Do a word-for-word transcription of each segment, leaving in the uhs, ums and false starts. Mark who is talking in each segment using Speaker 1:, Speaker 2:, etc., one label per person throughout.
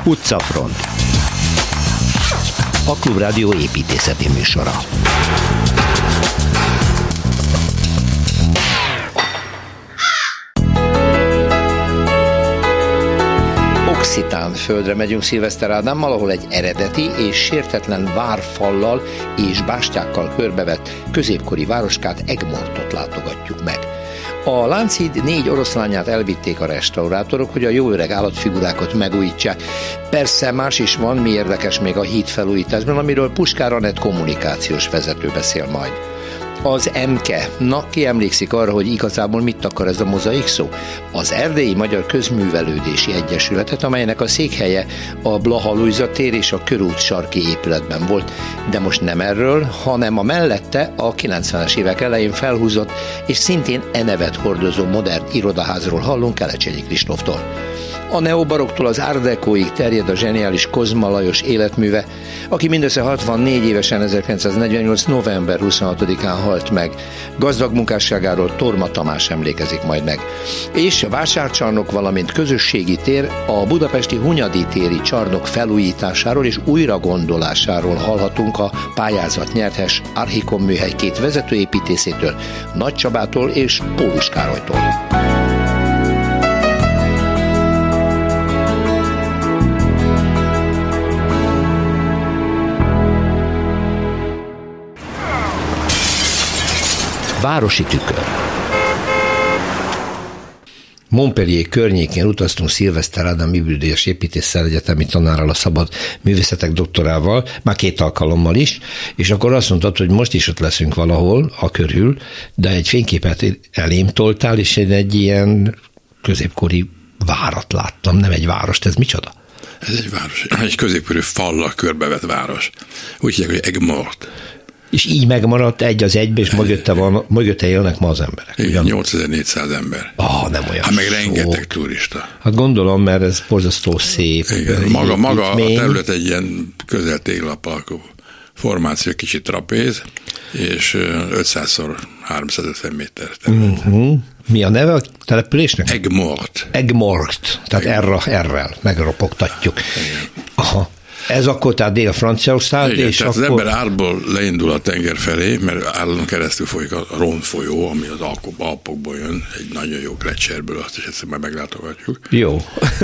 Speaker 1: Utcafront. A Klubrádió építészeti műsora. Occitán földre megyünk Szilveszter Ádámmal, ahol egy eredeti és sértetlen várfallal és bástyákkal körbevett középkori városkát, Egmontot látogatjuk meg. A Lánchíd négy oroszlányát elvitték a restaurátorok, hogy a jó öreg állatfigurákat megújítsák. Persze más is van, mi érdekes még a híd felújításban, amiről Puskár Anett kommunikációs vezető beszél majd. Az emke. Na, ki emlékszik arra, hogy igazából mit akar ez a mozaik szó? Az Erdélyi Magyar Közművelődési Egyesületet, amelynek a székhelye a Blaha Lujza tér és a Körút sarki épületben volt. De most nem erről, hanem a mellette a kilencvenes évek elején felhúzott és szintén e nevet hordozó modern irodaházról hallunk Kelecsényi Kristóftól. A neobaroktól az art décoig terjed a zseniális Kozma Lajos életműve, aki mindössze hatvannégy évesen ezerkilencszáznegyvennyolc. november huszonhatodikán halt meg. Gazdag munkásságáról Torma Tamás emlékezik majd meg. És vásárcsarnok, valamint közösségi tér, a budapesti Hunyadi téri csarnok felújításáról és újragondolásáról hallhatunk a pályázat nyertes Archicom műhely két vezetőépítészétől, Nagy Csabától és Pólus Károlytól. Városi tükör. Montpellier környékén utaztunk Szilveszter Ádám Ybl-díjas építésszel, egyetemi tanárral, a szabad művészetek doktorával, már két alkalommal is, és akkor azt mondtad, hogy most is ott leszünk valahol, a körül, de egy fényképet elém toltál, és én egy ilyen középkori várat láttam, nem egy várost, ez micsoda?
Speaker 2: Ez egy város, egy középkori fallal körbevett város. Úgy hívják, hogy Egmort.
Speaker 1: És így megmaradt egy az egybe, és mögötte, van, mögötte élnek ma az emberek.
Speaker 2: Igen, nyolcezer-négyszáz ember.
Speaker 1: Ah, nem olyan.
Speaker 2: Hát meg rengeteg turista.
Speaker 1: Hát gondolom, mert ez borzasztó szép.
Speaker 2: Igen, maga, maga a terület egy ilyen közel téglap alakú formáció, kicsit trapéz, és ötszázszor háromszázötven méter terület. Uh-huh.
Speaker 1: Mi a neve a településnek?
Speaker 2: Egmort.
Speaker 1: Egmort, tehát erre, errel megropogtatjuk. Igen. Aha. Ez akkor tehát Dél-Franciaország,
Speaker 2: igen,
Speaker 1: és
Speaker 2: tehát
Speaker 1: akkor...
Speaker 2: az ember Árból leindul a tenger felé, mert Árlon keresztül folyik a Rhône folyó, ami az Alpokból jön, egy nagyon jó gletscherből, azt is egyszer majd meglátogatjuk.
Speaker 1: Jó.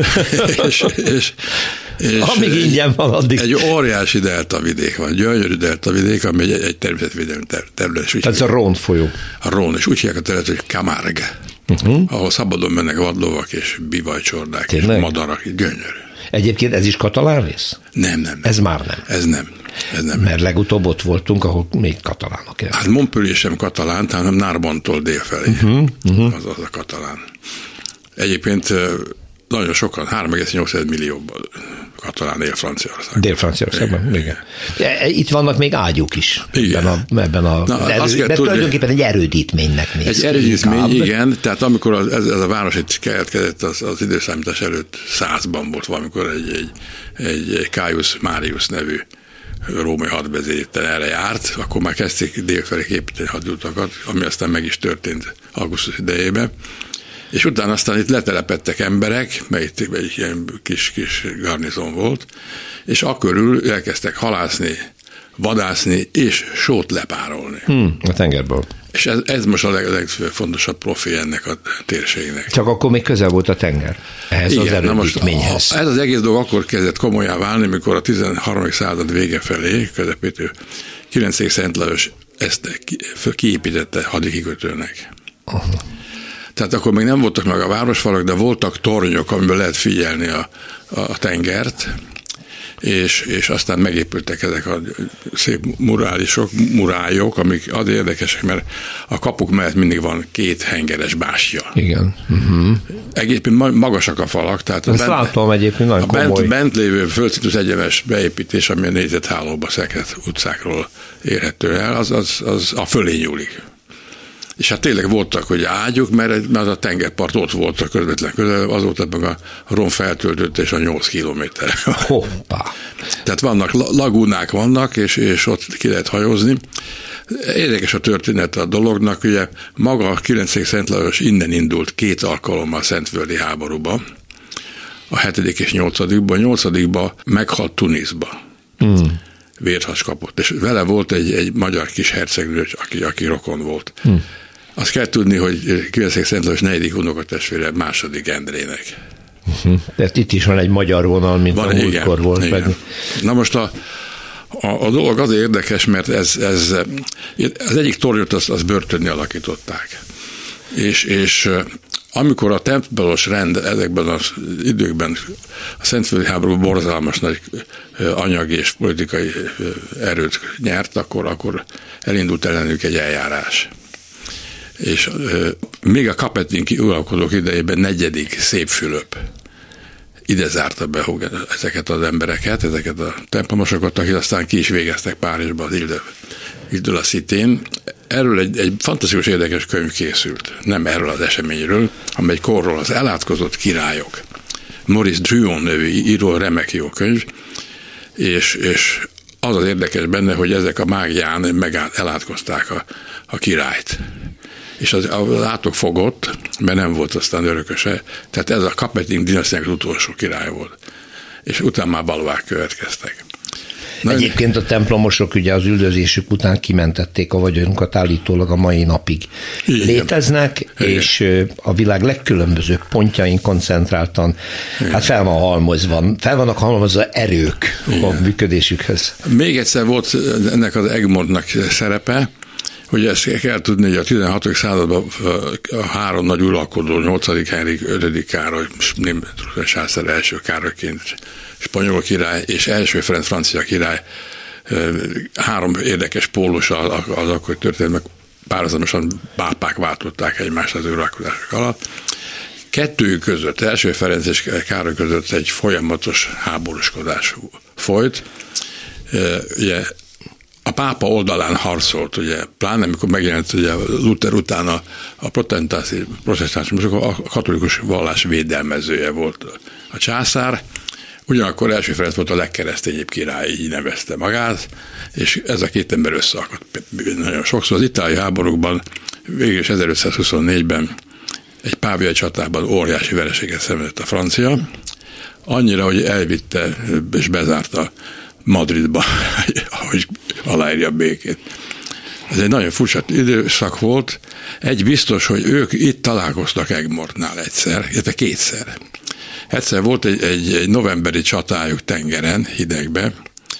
Speaker 2: és, és, és
Speaker 1: amíg ingyen van, addig.
Speaker 2: Egy óriási deltavidék van, gyönyörű deltavidék, ami egy, egy természetvédelmi terület.
Speaker 1: Tehát ez a Rhône folyó.
Speaker 2: A Rhône, és úgy hívják a területet, hogy Camargue, uh-huh. ahol szabadon mennek vadlovak és bivajcsordák, és madarak, gyönyörű.
Speaker 1: Egyébként ez is katalán rész?
Speaker 2: Nem, nem, nem.
Speaker 1: Ez már nem.
Speaker 2: Ez nem. Ez nem.
Speaker 1: Mert legutóbb ott voltunk, ahol még katalánok élnek.
Speaker 2: Hát Montpellier sem katalán, hanem Narbonne-tól délfelé. Uh-huh, uh-huh. Az, az a katalán. Egyébként nagyon sokan, három egész nyolc millió katalán él Franciaországban.
Speaker 1: Dél-Franciaországban, igen. igen. Itt vannak még ágyúk is.
Speaker 2: Igen.
Speaker 1: Ebben a, ebben a
Speaker 2: Na,
Speaker 1: erő, mert
Speaker 2: tudni,
Speaker 1: tulajdonképpen egy erődítménynek néz.
Speaker 2: Egy erődítmény, igen. Tehát amikor az, ez, ez a város itt keletkezett, az, az időszámítás előtt százban volt valamikor egy, egy, egy, egy Caius Marius nevű római hadvezér erre járt, akkor már kezdték délfelé építeni hadutakat, ami aztán meg is történt augusztus idejében. És utána aztán itt letelepedtek emberek, mert itt egy ilyen kis-kis garnizon volt, és akkörül elkezdtek halászni, vadászni és sót lepárolni.
Speaker 1: Hmm, a tengerből.
Speaker 2: És ez, ez most a leg, legfontosabb profi ennek a térségnek.
Speaker 1: Csak akkor még közel volt a tenger ehhez. Igen, az erődítményhez.
Speaker 2: Ez az egész dolog akkor kezdett komolyan válni, mikor a tizenharmadik század vége felé, közepétől kilencedik Szent Lajos ezt kiépítette hadikikötőnek. Uh-huh. Tehát akkor még nem voltak meg a városfalak, de voltak tornyok, amiből lehet figyelni a, a tengert, és, és aztán megépültek ezek a szép murálisok, murályok, amik azért érdekesek, mert a kapuk mellett mindig van két hengeres bástya.
Speaker 1: Igen. Uh-huh.
Speaker 2: Egyébként magasak a falak. Tehát
Speaker 1: ezt a bent, látom egyébként nagyon
Speaker 2: a
Speaker 1: komoly.
Speaker 2: A bent, bent lévő földszintes egyenes beépítés, ami a négyzethálóba szekett utcákról érhető el, az, az, az a fölé nyúlik. És hát tényleg voltak, hogy ágyuk, mert az a tengerpart ott volt a közvetlen közel, azóta meg a Rhône feltöltött, és a nyolc kilométer.
Speaker 1: Hoppá!
Speaker 2: Tehát vannak, lagúnák vannak, és, és ott ki lehet hajózni. Érdekes a történet a dolognak, ugye maga a kilencedik Szent Lajos innen indult két alkalommal a Szentvölgyi háborúba, a hetedik és nyolcadikban, a nyolcadikban meghalt Tunisba. Hmm. Vérhas kapott, és vele volt egy, egy magyar kis hercegnő, aki, aki rokon volt. Hmm. Azt kell tudni, hogy Kiveszék Szent Lajos negyedik unokatestvére második Endrének.
Speaker 1: Uh-huh. Tehát itt is van egy magyar vonal, mint van, a múltkor volt.
Speaker 2: Igen. Meg. Na most a, a, a dolog azért érdekes, mert ez, ez az egyik tornyot azt, azt börtönni alakították. És, és amikor a templomos rend ezekben az időkben a szentföldi háború borzalmas nagy anyagi és politikai erőt nyert, akkor, akkor elindult ellenük egy eljárás. És még a Kapetinki uralkodók idejében negyedik Szép-Fülöp ide zárta be ezeket az embereket, ezeket a templomosokat, akik aztán ki is végeztek Párizsba az Ile de la Citén. Erről egy, egy fantasztikus érdekes könyv készült, nem erről az eseményről, hanem egy korról, az elátkozott királyok. Maurice Druon nevű író, remek jó könyv, és, és az az érdekes benne, hogy ezek a mágián meg elátkozták a, a királyt. És az, az átok fogott, mert nem volt aztán örököse, tehát ez a Kapeting dinasztiának az utolsó király volt. És utána már balvák következtek. Na,
Speaker 1: egyébként a templomosok ugye az üldözésük után kimentették a vagyonunkat állítólag a mai napig. Igen. Léteznek, igen. És a világ legkülönbözőbb pontjain koncentráltan, igen. Hát fel van halmozva, fel vannak halmozva erők, igen. A működésükhöz.
Speaker 2: Még egyszer volt ennek az Egmontnak szerepe, hogy ezt kell tudni, hogy a tizenhatodik században a három nagy uralkodó, nyolcadik Henrik, ötödik Károly, német császár első Károlyként, spanyol király és első Ferenc francia király, három érdekes pólus az, az akkor történt, meg párhuzamosan pápák váltották egymást az uralkodások alatt. Kettőjük között, első Ferenc és Károly között egy folyamatos háborúskodás folyt. Ugye, a pápa oldalán harcolt, ugye, pláne amikor megjelent ugye, Luther után a, a protestáns, a katolikus vallás védelmezője volt a császár, ugyanakkor első Ferenc volt a legkeresztényebb király, így nevezte magát, és ez a két ember összeakadt nagyon sokszor. Az itáliai háborúkban végül is ezerötszázhuszonnégyben egy páviai csatában óriási vereséget szenvedett a francia, annyira, hogy elvitte és bezárta Madridba, ahogy aláírja a békét. Ez egy nagyon furcsa időszak volt. Egy biztos, hogy ők itt találkoztak Egmortnál egyszer, illetve kétszer. Egyszer volt egy, egy, egy novemberi csatájuk tengeren, hidegbe,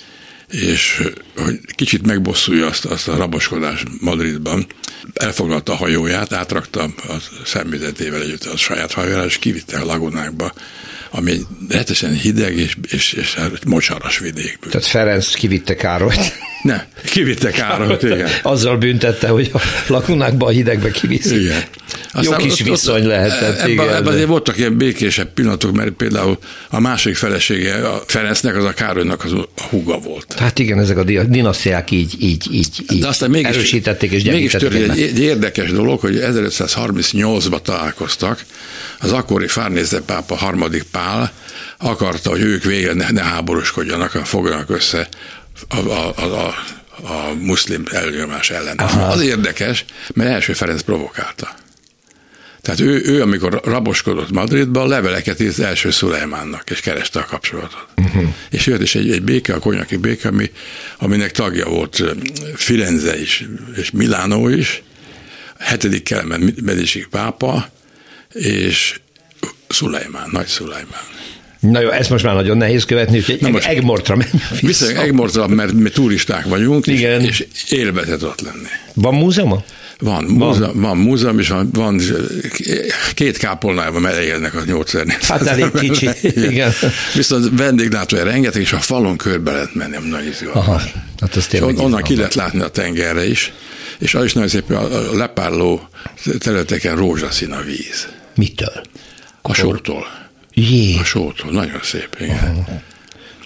Speaker 2: és hogy kicsit megbosszulja azt, azt a raboskodást Madridban, elfoglalta a hajóját, átrakta a személyzetével együtt a saját hajójára, és kivitte a lagunákba, ami egy retesen hideg és, és, és mocsaras vidékből.
Speaker 1: Tehát Ferenc kivitte Károlyt.
Speaker 2: Ne, kivitte Károlyt, igen.
Speaker 1: Azzal büntette, hogy a lagunákba a hidegbe kiviszik. Igen. Aztán jó kis ott, viszony ott, lehetett. Ebben, igen, ebben azért voltak ilyen békésebb pillanatok, mert például a másik felesége a Ferencnek, az a Károlynak az a húga volt. Hát igen, ezek a dinasztiák így, így, így, így aztán mégis, erősítették és gyengítették.
Speaker 2: Mégis történt egy, egy érdekes dolog, hogy ezerötszázharmincnyolcban találkoztak, az akkori Farnése pápa harmadik Pál akarta, hogy ők végre ne, ne háborúskodjanak, hanem fogjanak össze a, a, a, a, a muszlim elnyomás ellen. Aha. Az érdekes, mert első Ferenc provokálta. Tehát ő, ő amikor raboskodott Madridban, leveleket írt első Szulejmánnak, és kereste a kapcsolatot. Uh-huh. És jött is egy, egy béke, a konyaki béke, ami, aminek tagja volt Firenze is, és Milánó is, hetedik Kelemen Medici pápa, és Szulejmán, nagy Szulejmán.
Speaker 1: Na jó, ezt most már nagyon nehéz követni, úgyhogy Na most Egmortra menjünk vissza.
Speaker 2: Viszont Egmortra, mert mi turisták vagyunk, igen. És, és élvezet ott lenni.
Speaker 1: Van múzeuma?
Speaker 2: Van, van. Múzeum, van múzeum, és van, van két kápolnában melegednek a nyolcezer.
Speaker 1: Hát elég kicsi, igen.
Speaker 2: Viszont vendéglátója rengeteg, és a falon körbe lehet menni, ami nagyon izgalmas. Hát és on, onnan ki lehet látni a tengerre is, és az is nagyon szép, a lepárló területeken rózsaszín a víz.
Speaker 1: Mitől?
Speaker 2: A sótól.
Speaker 1: Jé.
Speaker 2: A sótól, nagyon szép, igen. Uh-huh.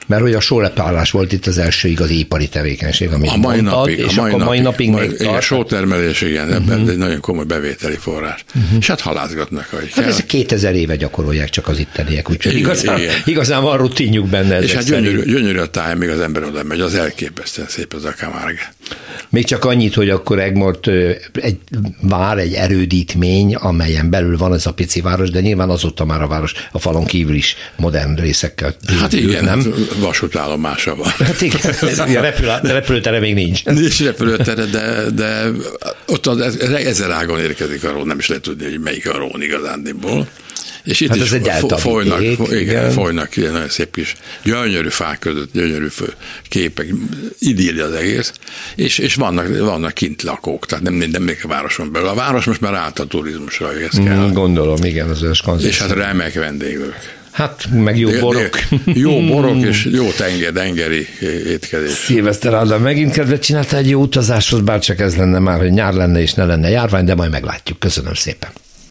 Speaker 1: Mert hogy a sólepárlás volt itt az első igazi ipari tevékenység, amit
Speaker 2: a mai
Speaker 1: mondtad,
Speaker 2: napig,
Speaker 1: és
Speaker 2: a mai
Speaker 1: akkor mai napig, napig
Speaker 2: még tart. Igen, sótermelés, igen, ebben uh-huh. egy nagyon komoly bevételi forrás. Uh-huh. És hát halászgatnak, ahogy
Speaker 1: hát
Speaker 2: kell.
Speaker 1: ez kétezer éve gyakorolják csak az itteniek, úgyhogy igazán, igazán van rutinjuk benne.
Speaker 2: És hát gyönyörű, gyönyörű a táj, még az ember oda megy, az elképesztően szép az a Camargue.
Speaker 1: Még csak annyit, hogy akkor Egmort egy vár, egy erődítmény, amelyen belül van ez a pici város, de nyilván azóta már a város a falon kívül is modern részekkel.
Speaker 2: Hát igen, nem? Vasútállomása van.
Speaker 1: Hát igen, repül, repülőtere még nincs.
Speaker 2: Nincs repülőtere, de, de ott az, ezer ágon érkezik a Rhône, nem is lehet tudni, hogy melyik a Rhône igazándiból. És itt hát is folynak, igen, folynak ilyen nagyon szép kis gyönyörű fák között, gyönyörű képek, idilli az egész, és, és vannak, vannak kint lakók, tehát nem minden még a városon belül. A város most már állt a turizmusra, hogy ez kell.
Speaker 1: Gondolom, igen, az őskonzis.
Speaker 2: És hát remek vendéglők.
Speaker 1: Hát, meg jó borok.
Speaker 2: Jó borok és jó tenger, tengeri étkezés.
Speaker 1: Szilveszter Ádám megint kedvet csinálta egy jó utazáshoz, bárcsak ez lenne már, hogy nyár lenne és ne lenne járvány, de majd meglátjuk. Köszönöm szépen.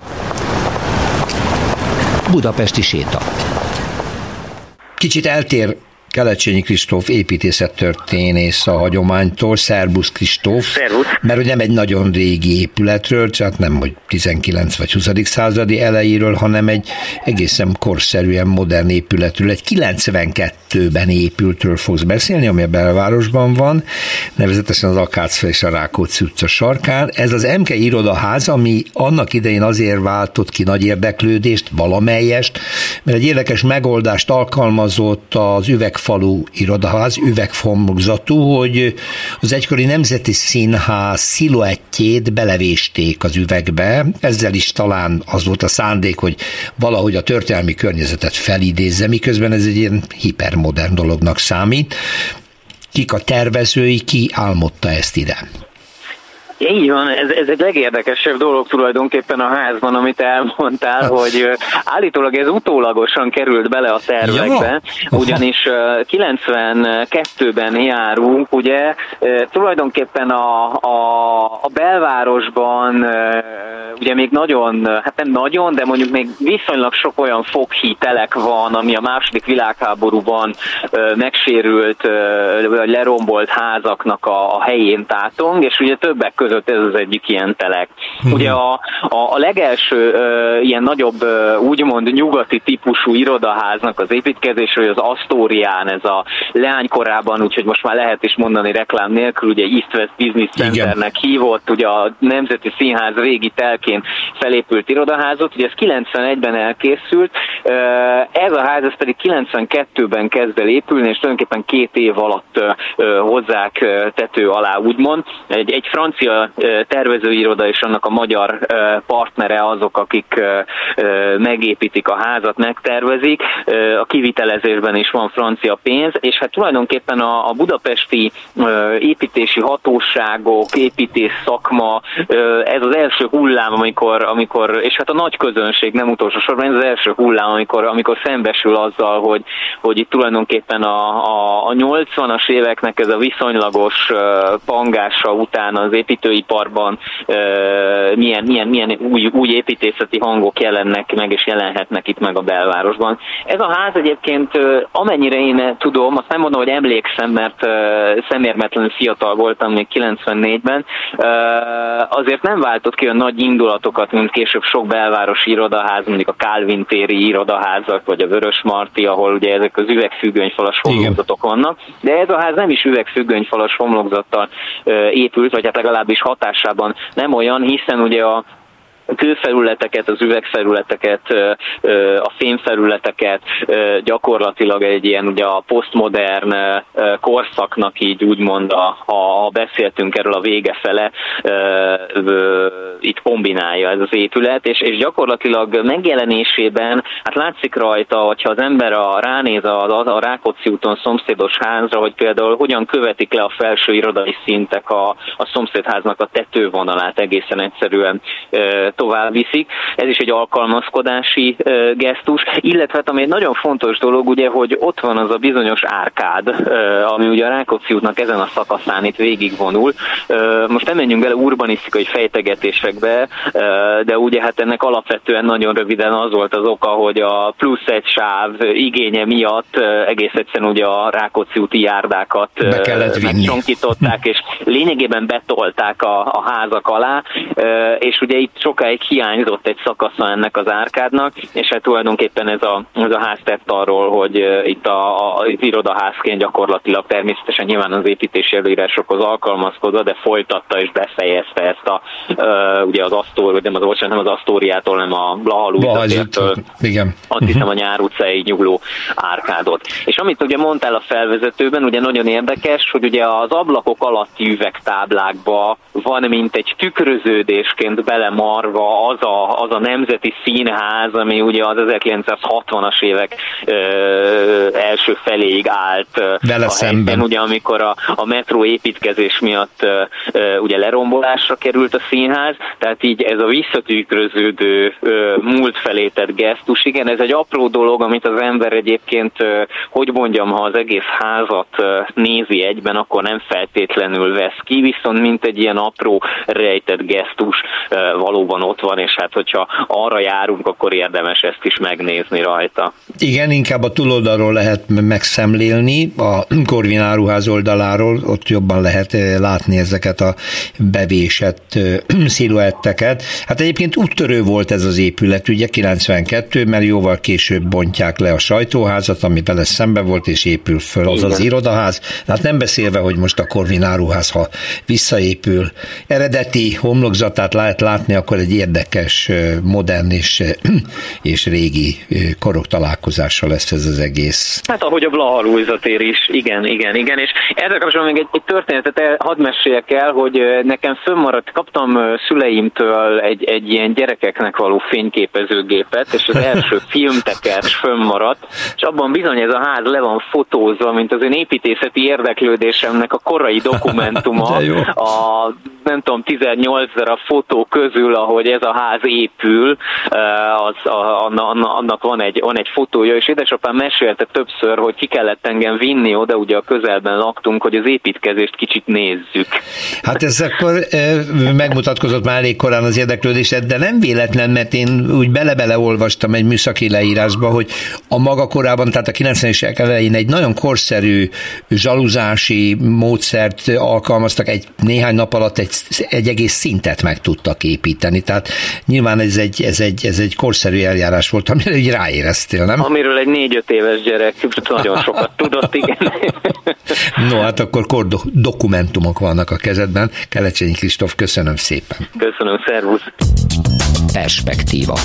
Speaker 1: Budapesti séta. Kicsit eltér Kelecsényi Kristóf építészettörténész a hagyománytól. Szerbusz Kristóf.
Speaker 3: Szervusz.
Speaker 1: Mert hogy nem egy nagyon régi épületről, csak nem hogy tizenkilenc vagy huszadik századi elejéről, hanem egy egészen korszerűen modern épületről, egy kilencvenkettőben épültről fogsz beszélni, ami a belvárosban van, nevezetesen az Akácfej és a Rákóczi utca sarkán. Ez az em ká irodaház, ami annak idején azért váltott ki nagy érdeklődést, valamelyest, mert egy érdekes megoldást alkalmazott az üveg falu irodaház, üveghomlokzatú, hogy az egykori Nemzeti Színház sziluettjét belevésték az üvegbe. Ezzel is talán az volt a szándék, hogy valahogy a történelmi környezetet felidézze, miközben ez egy ilyen hipermodern dolognak számít. Kik a tervezői, ki álmodta ezt ide?
Speaker 3: Így van, ez, ez egy legérdekesebb dolog tulajdonképpen a házban, amit elmondtál, hogy állítólag ez utólagosan került bele a tervekbe, ja. Ugyanis kilencvenkettőben járunk, ugye tulajdonképpen a, a, a belvárosban ugye még nagyon, hát nem nagyon, de mondjuk még viszonylag sok olyan foghítelek van, ami a második világháborúban megsérült vagy lerombolt házaknak a, a helyén tátong, és ugye többek között ez az egyik ilyen telek. Hmm. Ugye a, a, a legelső uh, ilyen nagyobb uh, úgymond nyugati típusú irodaháznak az építkezésről az Asztórián, ez a leánykorában, úgyhogy most már lehet is mondani reklám nélkül, ugye East West Business Centernek hívott, ugye a Nemzeti Színház régi telkén felépült irodaházot, ugye ez kilencvenegyben elkészült, uh, ez a ház ez pedig kilencvenkettőben kezd el épülni, és tulajdonképpen két év alatt uh, hozzák uh, tető alá, úgymond. Egy, egy francia tervezőiroda és annak a magyar partnere azok, akik megépítik a házat, megtervezik. A kivitelezésben is van francia pénz, és hát tulajdonképpen a, a budapesti építési hatóságok, építész szakma, ez az első hullám, amikor, amikor és hát a nagy közönség nem utolsó sorban, ez az első hullám, amikor, amikor szembesül azzal, hogy, hogy itt tulajdonképpen a, a, a nyolcvanas éveknek ez a viszonylagos pangása után az építőiparban uh, milyen, milyen, milyen új, új építészeti hangok jelennek meg, és jelenhetnek itt meg a belvárosban. Ez a ház egyébként, uh, amennyire én tudom, azt nem mondom, hogy emlékszem, mert uh, szemérmetlenül fiatal voltam még kilencvennégyben, uh, azért nem váltott ki olyan nagy indulatokat, mint később sok belvárosi irodaház, mondjuk a Kálvin téri irodaházak, vagy a Vörösmarty, ahol ugye ezek az üvegfüggönyfalas homlokzatok vannak, de ez a ház nem is üvegfüggönyfalas homlokzattal uh, épült, vagy hát legalábbis hatásában nem olyan, hiszen ugye a kőfelületeket, az üvegfelületeket, a fémfelületeket gyakorlatilag egy ilyen ugye a posztmodern korszaknak így úgymond, ha beszéltünk erről a vége fele, itt kombinálja ez az épület, és, és gyakorlatilag megjelenésében, hát látszik rajta, hogyha az ember a, ránéz a, a Rákóczi úton szomszédos házra, hogy például hogyan követik le a felső irodai szintek a, a szomszédháznak a tetővonalát egészen egyszerűen. tovább viszik. Ez is egy alkalmazkodási gesztus, illetve ami egy nagyon fontos dolog, ugye, hogy ott van az a bizonyos árkád, ami ugye a Rákóczi útnak ezen a szakaszán itt végigvonul. Most nem menjünk bele urbanisztikai fejtegetésekbe, de ugye hát ennek alapvetően nagyon röviden az volt az oka, hogy a plusz egy sáv igénye miatt egész egyszerűen ugye a Rákóczi úti járdákat megcsonkították, és lényegében betolták a, a házak alá, és ugye itt sokáig hiányzott egy szakasza ennek az árkádnak, és hát tulajdonképpen ez a, ez a ház tett arról, hogy itt a, a, az irodaházként gyakorlatilag természetesen nyilván az építési előírásokhoz alkalmazkodva, de folytatta és befejezte ezt a, uh, ugye az Asztóri, vagy nem az, bocsánat, nem az Asztóriától, nem a Blaha Lujza,
Speaker 4: igen.
Speaker 3: Azt hiszem a Nyár utcáig nyugló árkádot. És amit ugye mondtál a felvezetőben, ugye nagyon érdekes, hogy ugye az ablakok alatti üvegtáblákba van mint egy tükröződésként belemarva az a, az a nemzeti színház, ami ugye az ezerkilencszázhatvanas évek ö, első feléig állt
Speaker 4: vele
Speaker 3: a
Speaker 4: szemben.
Speaker 3: helyben, ugye amikor a, a metró építkezés miatt ö, ö, ugye lerombolásra került a színház, tehát így ez a visszatükröződő ö, múlt felé tett gesztus, igen, ez egy apró dolog, amit az ember egyébként, ö, hogy mondjam, ha az egész házat ö, nézi egyben, akkor nem feltétlenül vesz ki, viszont mint egy ilyen apró rejtett gesztus ö, valóban ott van, és hát hogyha arra járunk, akkor érdemes ezt is megnézni rajta.
Speaker 4: Igen, inkább a túloldalról lehet megszemlélni, a Corvin áruház oldaláról, ott jobban lehet látni ezeket a bevésett sziluetteket. Hát egyébként úttörő volt ez az épület, ugye kilencvenkettő, mert jóval később bontják le a sajtóházat, ami vele szembe volt, és épül föl az az irodaház. Hát nem beszélve, hogy most a Corvin áruház, ha visszaépül, eredeti homlokzatát lehet látni, akkor egy érdekes, modern és, és régi korok találkozása lesz ez az egész.
Speaker 3: Hát ahogy a Blaha Lujza tér is, igen, igen, igen, és ezzel kapcsolatban még egy, egy történetet el, hadd meséljek el, hogy nekem fönnmaradt, kaptam szüleimtől egy, egy ilyen gyerekeknek való fényképezőgépet, és az első filmtekert fönnmaradt, és abban bizony ez a ház le van fotózva, mint az én építészeti érdeklődésemnek a korai dokumentuma, a nem tudom, tizennyolc darab fotó közül, ahogy ez a ház épül, az, a, annak van egy, van egy fotója, és édesapám mesélte többször, hogy ki kellett engem vinni oda, ugye a közelben laktunk, hogy az építkezést kicsit nézzük.
Speaker 4: Hát ez akkor megmutatkozott már elég korán az érdeklődésed, de nem véletlen, mert én úgy bele-bele olvastam egy műszaki leírásba, hogy a maga korában, tehát a kilencvenes évek elején egy nagyon korszerű zsaluzási módszert alkalmaztak, egy néhány nap alatt egy, egy egész szintet meg tudtak építeni, tehát nyilván ez egy, ez egy, ez egy korszerű eljárás volt, amire úgy ráéreztél, nem?
Speaker 3: Amiről egy négy-öt éves gyerek nagyon sokat tudott, igen.
Speaker 4: No, hát akkor kor dokumentumok vannak a kezedben. Kelecsényi Kristóf, köszönöm szépen.
Speaker 3: Köszönöm, szervusz.
Speaker 1: Perspektíva.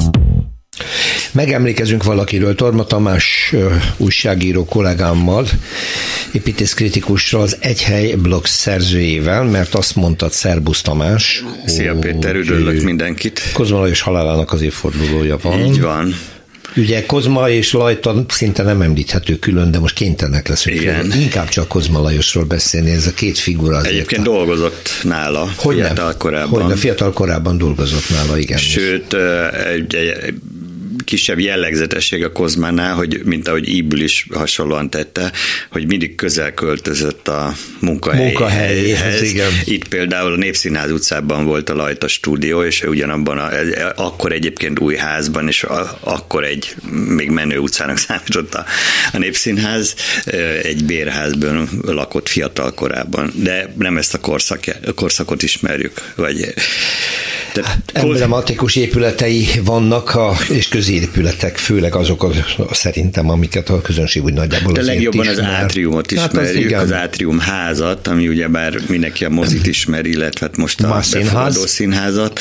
Speaker 4: Megemlékezünk valakiről, Torma Tamás újságíró kollégámmal, építészkritikussal, az Egyhely blog szerzőjével, mert azt mondtad, szerbusz Tamás.
Speaker 5: Szia Péter, üdvözlök mindenkit.
Speaker 4: Kozma Lajos halálának az évfordulója van.
Speaker 5: Így van.
Speaker 4: Ugye Kozma és Lajta szinte nem említhető külön, de most kénytelenek leszünk. Igen. Inkább csak Kozma Lajosról beszélni, ez a két figura azért.
Speaker 5: Egyébként a... dolgozott nála
Speaker 4: hogy
Speaker 5: fiatal nem? korában.
Speaker 4: Hogy fiatal korában dolgozott nála, igen.
Speaker 5: Sőt, egy, egy kisebb jellegzetesség a Kozmánál, hogy mint ahogy Íbül is hasonlóan tette, hogy mindig közel költözött a munkahelyhez.
Speaker 4: Munkahelyhez, igen.
Speaker 5: Itt például a Népszínház utcában volt a Lajta stúdió, és ugyanabban a, akkor egyébként új házban, és a, akkor egy még menő utcának számított a, a Népszínház, egy bérházban lakott fiatal korában. De nem ezt a korszak, korszakot ismerjük, vagy...
Speaker 4: Hát, emblematikus épületei vannak, a, és középületek, főleg azok a, a, szerintem, amiket a közönség úgy nagyjából
Speaker 5: de
Speaker 4: azért
Speaker 5: legjobban
Speaker 4: ismer.
Speaker 5: Az átriumot ismerjük, hát az, az átrium házat, ami ugyebár mindenki a mozit ismeri, illetve most a befogadó színházat.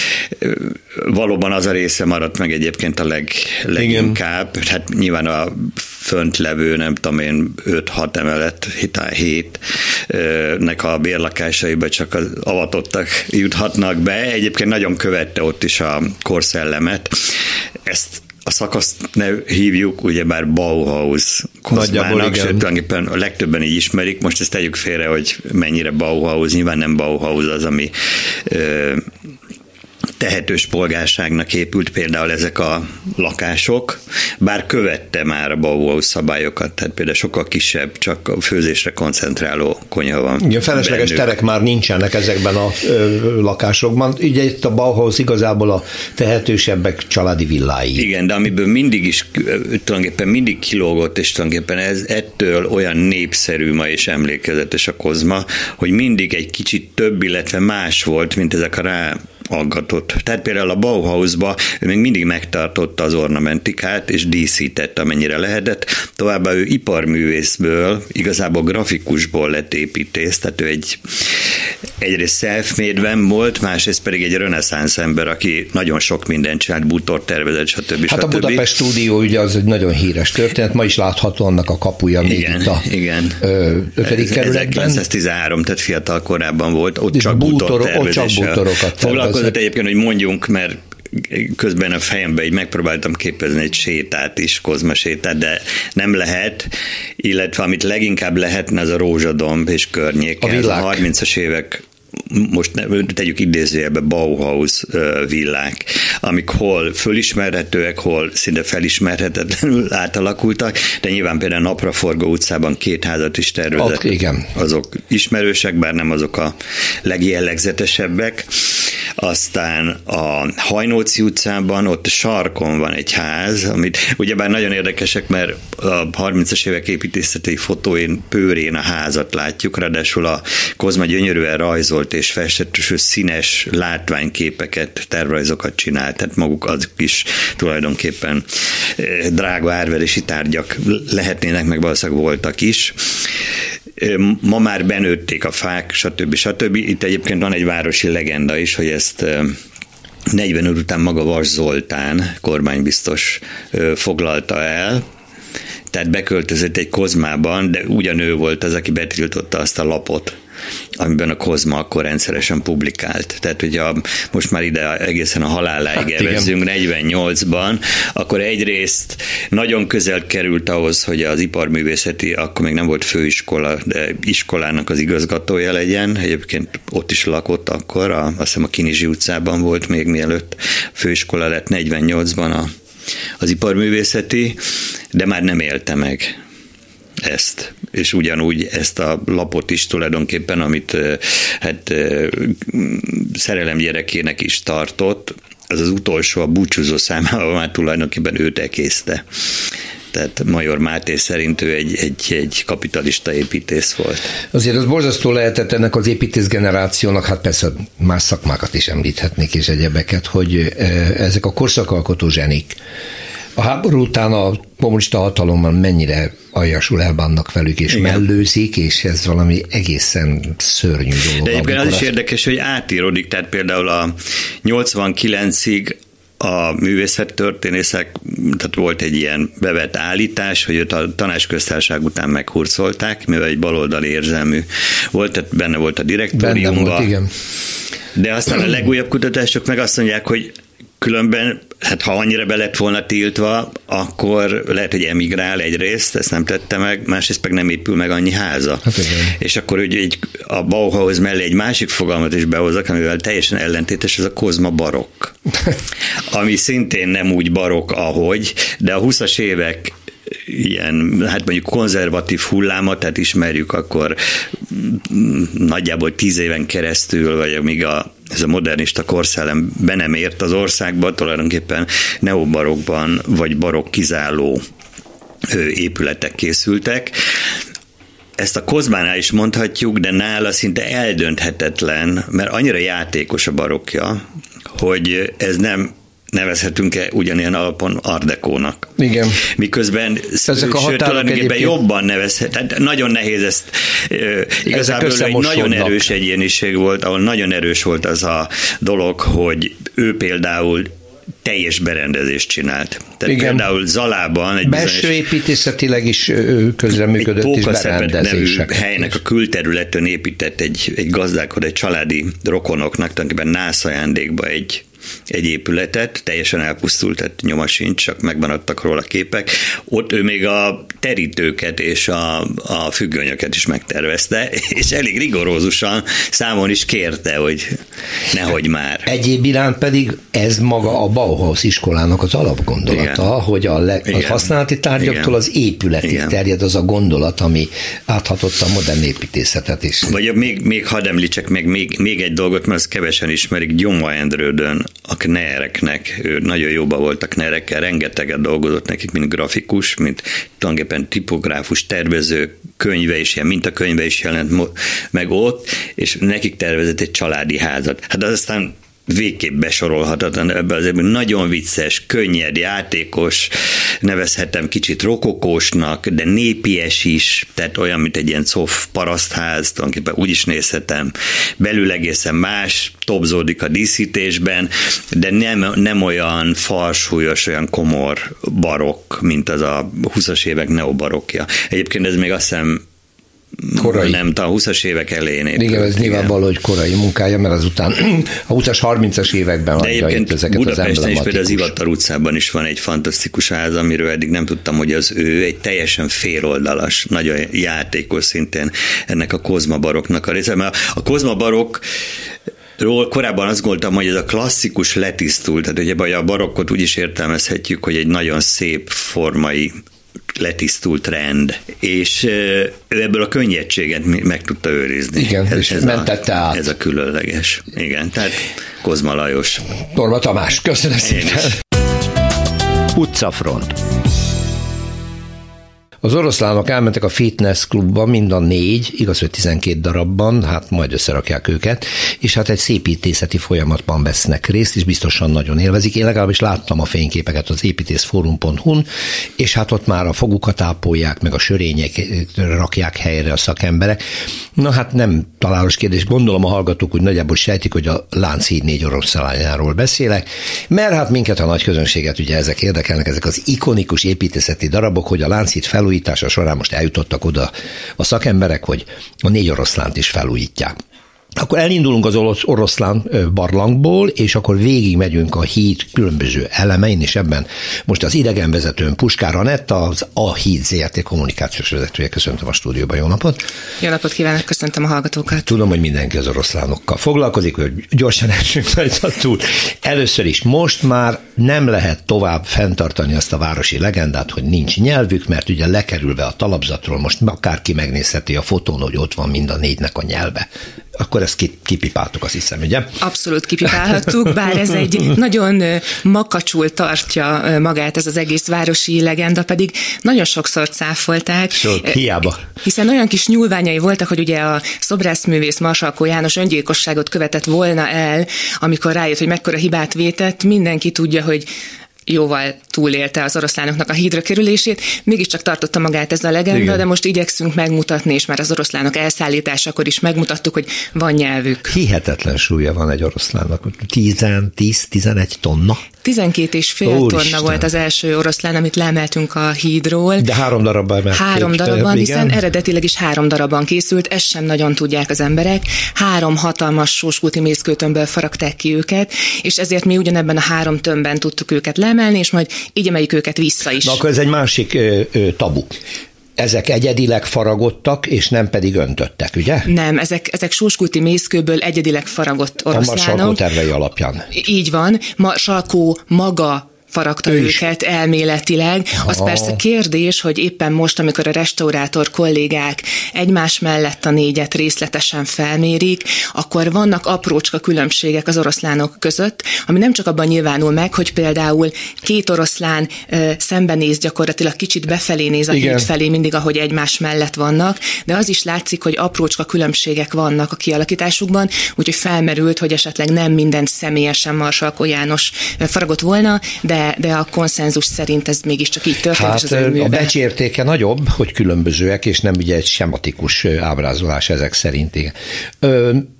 Speaker 5: Valóban az a része maradt meg egyébként a leg, leginkább. Igen. Hát nyilván a fönt levő, nem tudom én, öt-hat emelet, hét nek a bérlakásaiba csak az avatottak juthatnak be. Egyébként nagyon követte ott is a korszellemet. Ezt a szakaszt ne hívjuk, ugyebár Bauhaus Kozmának, sőt, tulajdonképpen a legtöbben így ismerik. Most ezt tegyük félre, hogy mennyire Bauhaus, nyilván nem Bauhaus az, ami ö, tehetős polgárságnak épült például ezek a lakások, bár követte már a Bauhaus szabályokat, tehát például sokkal kisebb, csak a főzésre koncentráló konyha van.
Speaker 4: Igen, felesleges bennük. Terek már nincsenek ezekben a ö, lakásokban. Ugye itt a Bauhaus igazából a tehetősebbek családi villái.
Speaker 5: Igen, de amiből mindig is, tulajdonképpen mindig kilógott, és tulajdonképpen ez ettől olyan népszerű ma és emlékezetes a Kozma, hogy mindig egy kicsit több, illetve más volt, mint ezek a rá aggatott. Tehát például a Bauhausba ő még mindig megtartotta az ornamentikát, és díszített, amennyire lehetett. Továbbá ő iparművészből, igazából grafikusból lett építész, tehát ő egy egyrészt self-made volt, másrészt pedig egy reneszánsz ember, aki nagyon sok mindent csinált, bútort tervezett, stb.
Speaker 4: Hát a Budapest stúdió ugye az egy nagyon híres történet, ma is látható annak a kapuja még
Speaker 5: igen,
Speaker 4: itt a
Speaker 5: igen.
Speaker 4: ötödik kerületben.
Speaker 5: ezerkilencszáztizenhárom, tehát fiatal korában volt, ott csak
Speaker 4: bútor
Speaker 5: tervezéssel
Speaker 4: foglalkozott
Speaker 5: egyébként, hogy mondjunk, mert közben a fejembe így megpróbáltam képezni egy sétát is, Kozma sétát, de nem lehet, illetve amit leginkább lehetne, az a Rózsadomb és környéke. A, a harmincas évek, most tegyük idézőjelbe, Bauhaus villák, amik hol fölismerhetőek, hol szinte felismerhetetlenül átalakultak, de nyilván például Napraforgó utcában két házat is tervezett.
Speaker 4: Igen.
Speaker 5: Azok ismerősek, bár nem azok a legjellegzetesebbek. Aztán a Hajnóci utcában, ott sarkon van egy ház, amit ugyebár nagyon érdekesek, mert a harmincas évek építészeti fotóin pőrén a házat látjuk, ráadásul a Kozma gyönyörűen rajzolt és festett, és színes látványképeket, tervrajzokat csinált, tehát maguk azok is tulajdonképpen drága árverési tárgyak lehetnének, meg valószínűleg voltak is. Ma már benőtték a fák, stb. stb. Itt egyébként van egy városi legenda is, hogy ezt negyven év után maga Vas Zoltán kormánybiztos foglalta el, tehát beköltözött egy Kozmában, de ugyan ő volt az, aki betiltotta azt a lapot, amiben a Kozma akkor rendszeresen publikált. Tehát, hogyha most már ide egészen a haláláig hát, evezzünk negyvennyolcban, akkor egyrészt nagyon közel került ahhoz, hogy az iparművészeti, akkor még nem volt főiskola, de iskolának az igazgatója legyen. Egyébként ott is lakott akkor, a, azt hiszem a Kinizsi utcában volt még mielőtt főiskola lett negyvennyolcban a, az iparművészeti, de már nem élte meg ezt, és ugyanúgy ezt a lapot is tulajdonképpen, amit hát szerelem gyerekének is tartott, az az utolsó, a búcsúzó számával már tulajdonképpen őt ekészte. Tehát Major Máté szerint ő egy, egy, egy kapitalista építész volt.
Speaker 4: Azért az borzasztó lehetett ennek az építész generációnak, hát persze más szakmákat is említhetnék és egyebeket, hogy ezek a korszakalkotó zsenik a háború után a kommunista hatalommal mennyire aljasul elbánnak velük, és igen, mellőzik, és ez valami egészen szörnyű dolog.
Speaker 5: De egyébként az is érdekes, hogy átíródik, tehát például a nyolcvankilencig a művészettörténészek, tehát volt egy ilyen bevett állítás, hogy őt a tanácsköztársaság után meghurcolták, mivel egy baloldali érzelmű volt, tehát benne volt a direktóriumban. De aztán a legújabb kutatások meg azt mondják, hogy különben, hát ha annyira be lett volna tiltva, akkor lehet, hogy emigrál egyrészt, ezt nem tette meg, másrészt meg nem épül meg annyi háza. Hát és akkor ugye egy, a Bauhaus mellé egy másik fogalmat is behozok, amivel teljesen ellentétes, ez a Kozma barokk. Ami szintén nem úgy barokk, ahogy, de a huszas évek ilyen, hát mondjuk konzervatív hullámat, tehát ismerjük akkor nagyjából tíz éven keresztül, vagy amíg a ez a modernista korszellem be nem ért az országba, tulajdonképpen neobarokban vagy barokk kizáló épületek készültek. Ezt a Kozmánál is mondhatjuk, de nála szinte eldönthetetlen, mert annyira játékos a barokkja, hogy ez nem nevezhetünk-e ugyanilyen alapon Art Décónak.
Speaker 4: Igen.
Speaker 5: Miközben
Speaker 4: ezek a
Speaker 5: sőt, tulajdonképpen egyébként jobban nevezhet. Tehát nagyon nehéz ezt, e, igazából egy nagyon erős egyéniség volt, ahol nagyon erős volt az a dolog, hogy ő például teljes berendezést csinált. Tehát igen, például Zalában egy
Speaker 4: belső építészetileg is közreműködött is berendezések.
Speaker 5: Helynek a külterületen épített egy, egy gazdálkodó, egy családi rokonoknak, tulajdonképpen nász ajándékba egy egy épületet, teljesen elpusztult, tehát nyoma sincs, csak megmaradtak róla képek. Ott ő még a terítőket és a, a függönyöket is megtervezte, és elég rigorózusan számon is kérte, hogy nehogy már.
Speaker 1: Egyéb iránt pedig ez maga a Bauhaus iskolának az alapgondolata, igen. hogy a, le, a használati tárgyaktól igen. az épületig igen. terjed az a gondolat, ami áthatotta a modern építészetet is.
Speaker 5: Vagy még, még hadd említsek meg még, még egy dolgot, mert azt kevesen ismerik, Gyoma Endrődön a knereknek, ő nagyon jóban volt a knerekkel, rengeteget dolgozott nekik, mint grafikus, mint tulajdonképpen tipográfus, tervező, könyve is, ilyen mintakönyve is jelent meg ott, és nekik tervezett egy családi házat. Hát az aztán végképp besorolhatatlan ebbe az ebben. Nagyon vicces, könnyed, játékos, nevezhetem kicsit rokokósnak, de népies is, tehát olyan, mint egy ilyen cof parasztház, tulajdonképpen úgy is nézhetem. Belül egészen más, tobzódik a díszítésben, de nem, nem olyan farsúlyos, olyan komor barokk, mint az a húszas évek neobarokja. Egyébként ez még azt hiszem korai. Nem, a húszas évek elején épült.
Speaker 1: Igen, ez nyilvánvaló, hogy korai munkája, mert azután a húszas, harmincas években adja itt ezeket az emblematikus.
Speaker 5: Budapesten is például az Ivatar utcában is van egy fantasztikus ház, amiről eddig nem tudtam, hogy az ő egy teljesen féloldalas, nagyon játékos szintén ennek a Kozma baroknak a része. Mert a Kozma barokk Ról korábban azt gondoltam, hogy ez a klasszikus letisztult, tehát ugye a barokkot úgy is értelmezhetjük, hogy egy nagyon szép formai letisztult rend, és ő ebből a könnyedséget meg tudta őrizni.
Speaker 1: Igen, ez, és ez mentette
Speaker 5: a,
Speaker 1: át.
Speaker 5: Ez a különleges. Igen, tehát Kozma Lajos.
Speaker 1: Torma Tamás, köszönöm szépen. Utcafront. Az oroszlánok elmentek a fitness klubba, mind a négy, igaz, hogy tizenkét darabban, hát majd összerakják őket, és hát egy szépítészeti folyamatban vesznek részt, és biztosan nagyon élvezik. Én legalábbis láttam a fényképeket az építészforum pont hu-n, és hát ott már a fogukat ápolják, meg a sörények rakják helyre a szakemberek. Na hát nem találós kérdés, gondolom a hallgatók úgy nagyjából sejtik, hogy a Lánchíd négy oroszlányáról beszélek, mert hát minket a nagy közönséget ugye ezek érdekelnek, ezek az ikonikus építészeti darabok, hogy a Lánchíd felújítása során most eljutottak oda a szakemberek, hogy a négy oroszlánt is felújítják. Akkor elindulunk az oroszlán barlangból, és akkor végig megyünk a híd különböző elemein, és ebben most az idegenvezetőn Puskár Anetta, az A Híd zé er té kommunikációs vezetője. Köszöntöm a stúdióban, jó napot!
Speaker 6: Jó napot kívánok, köszöntöm a hallgatókat!
Speaker 1: Tudom, hogy mindenki az oroszlánokkal foglalkozik, hogy gyorsan esünk rajta túl. Először is most már nem lehet tovább fenntartani azt a városi legendát, hogy nincs nyelvük, mert ugye lekerülve a talapzatról most akárki megnézheti a fotón, hogy ott van mind a négynek a nyelve. Akkor ezt kipipáltuk, azt hiszem, ugye?
Speaker 6: Abszolút kipipálhattuk, bár ez egy nagyon makacsul tartja magát ez az egész városi legenda, pedig nagyon sokszor cáfolták.
Speaker 1: Sok, hiába.
Speaker 6: Hiszen olyan kis nyúlványai voltak, hogy ugye a szobrászművész Marsalkó János öngyilkosságot követett volna el, amikor rájött, hogy mekkora hibát vétett, mindenki tudja, hogy jóval túlélte az oroszlánoknak a hídra kerülését, mégiscsak tartotta magát ez a legenda, igen. De most igyekszünk megmutatni, és már az oroszlánok elszállításakor is megmutattuk, hogy van nyelvük.
Speaker 1: Hihetetlen súlya van egy oroszlánnak, tíz-tizenegy tonna.
Speaker 6: tizenkét és fél Ó, tonna Isten. Volt az első oroszlán, amit leemeltünk a hídról.
Speaker 1: De három darabban mert
Speaker 6: Három darabban, hiszen eredetileg is három darabban készült, ezt sem nagyon tudják az emberek. Három hatalmas sóskúti mészkőtömbből faragták ki őket, és ezért mi ugyanebben a három tömbben tudtuk őket leemelni, és majd így emeljük őket vissza is.
Speaker 1: Na akkor ez egy másik ö, ö, tabu. Ezek egyedileg faragottak, és nem pedig öntöttek, ugye?
Speaker 6: Nem, ezek, ezek sóskúti mészkőből egyedileg faragott oroszlánok.
Speaker 1: A Marsalkó tervei alapján.
Speaker 6: Így van. Marsalkó maga faragta ő őket is elméletileg. Az Aha. persze kérdés, hogy éppen most, amikor a restaurátor kollégák egymás mellett a négyet részletesen felmérik, akkor vannak aprócska különbségek az oroszlánok között, ami nem csak abban nyilvánul meg, hogy például két oroszlán ö, szembenéz gyakorlatilag, kicsit befelé néz a híd felé, mindig ahogy egymás mellett vannak, de az is látszik, hogy aprócska különbségek vannak a kialakításukban, úgyhogy felmerült, hogy esetleg nem mindent személyesen Marsalkó János faragott volna, de de a konszenzus szerint ez mégiscsak így történt,
Speaker 1: hát,
Speaker 6: és az ő műve.
Speaker 1: A becsértéke nagyobb, hogy különbözőek, és nem ugye egy sematikus ábrázolás ezek szerint. Ö,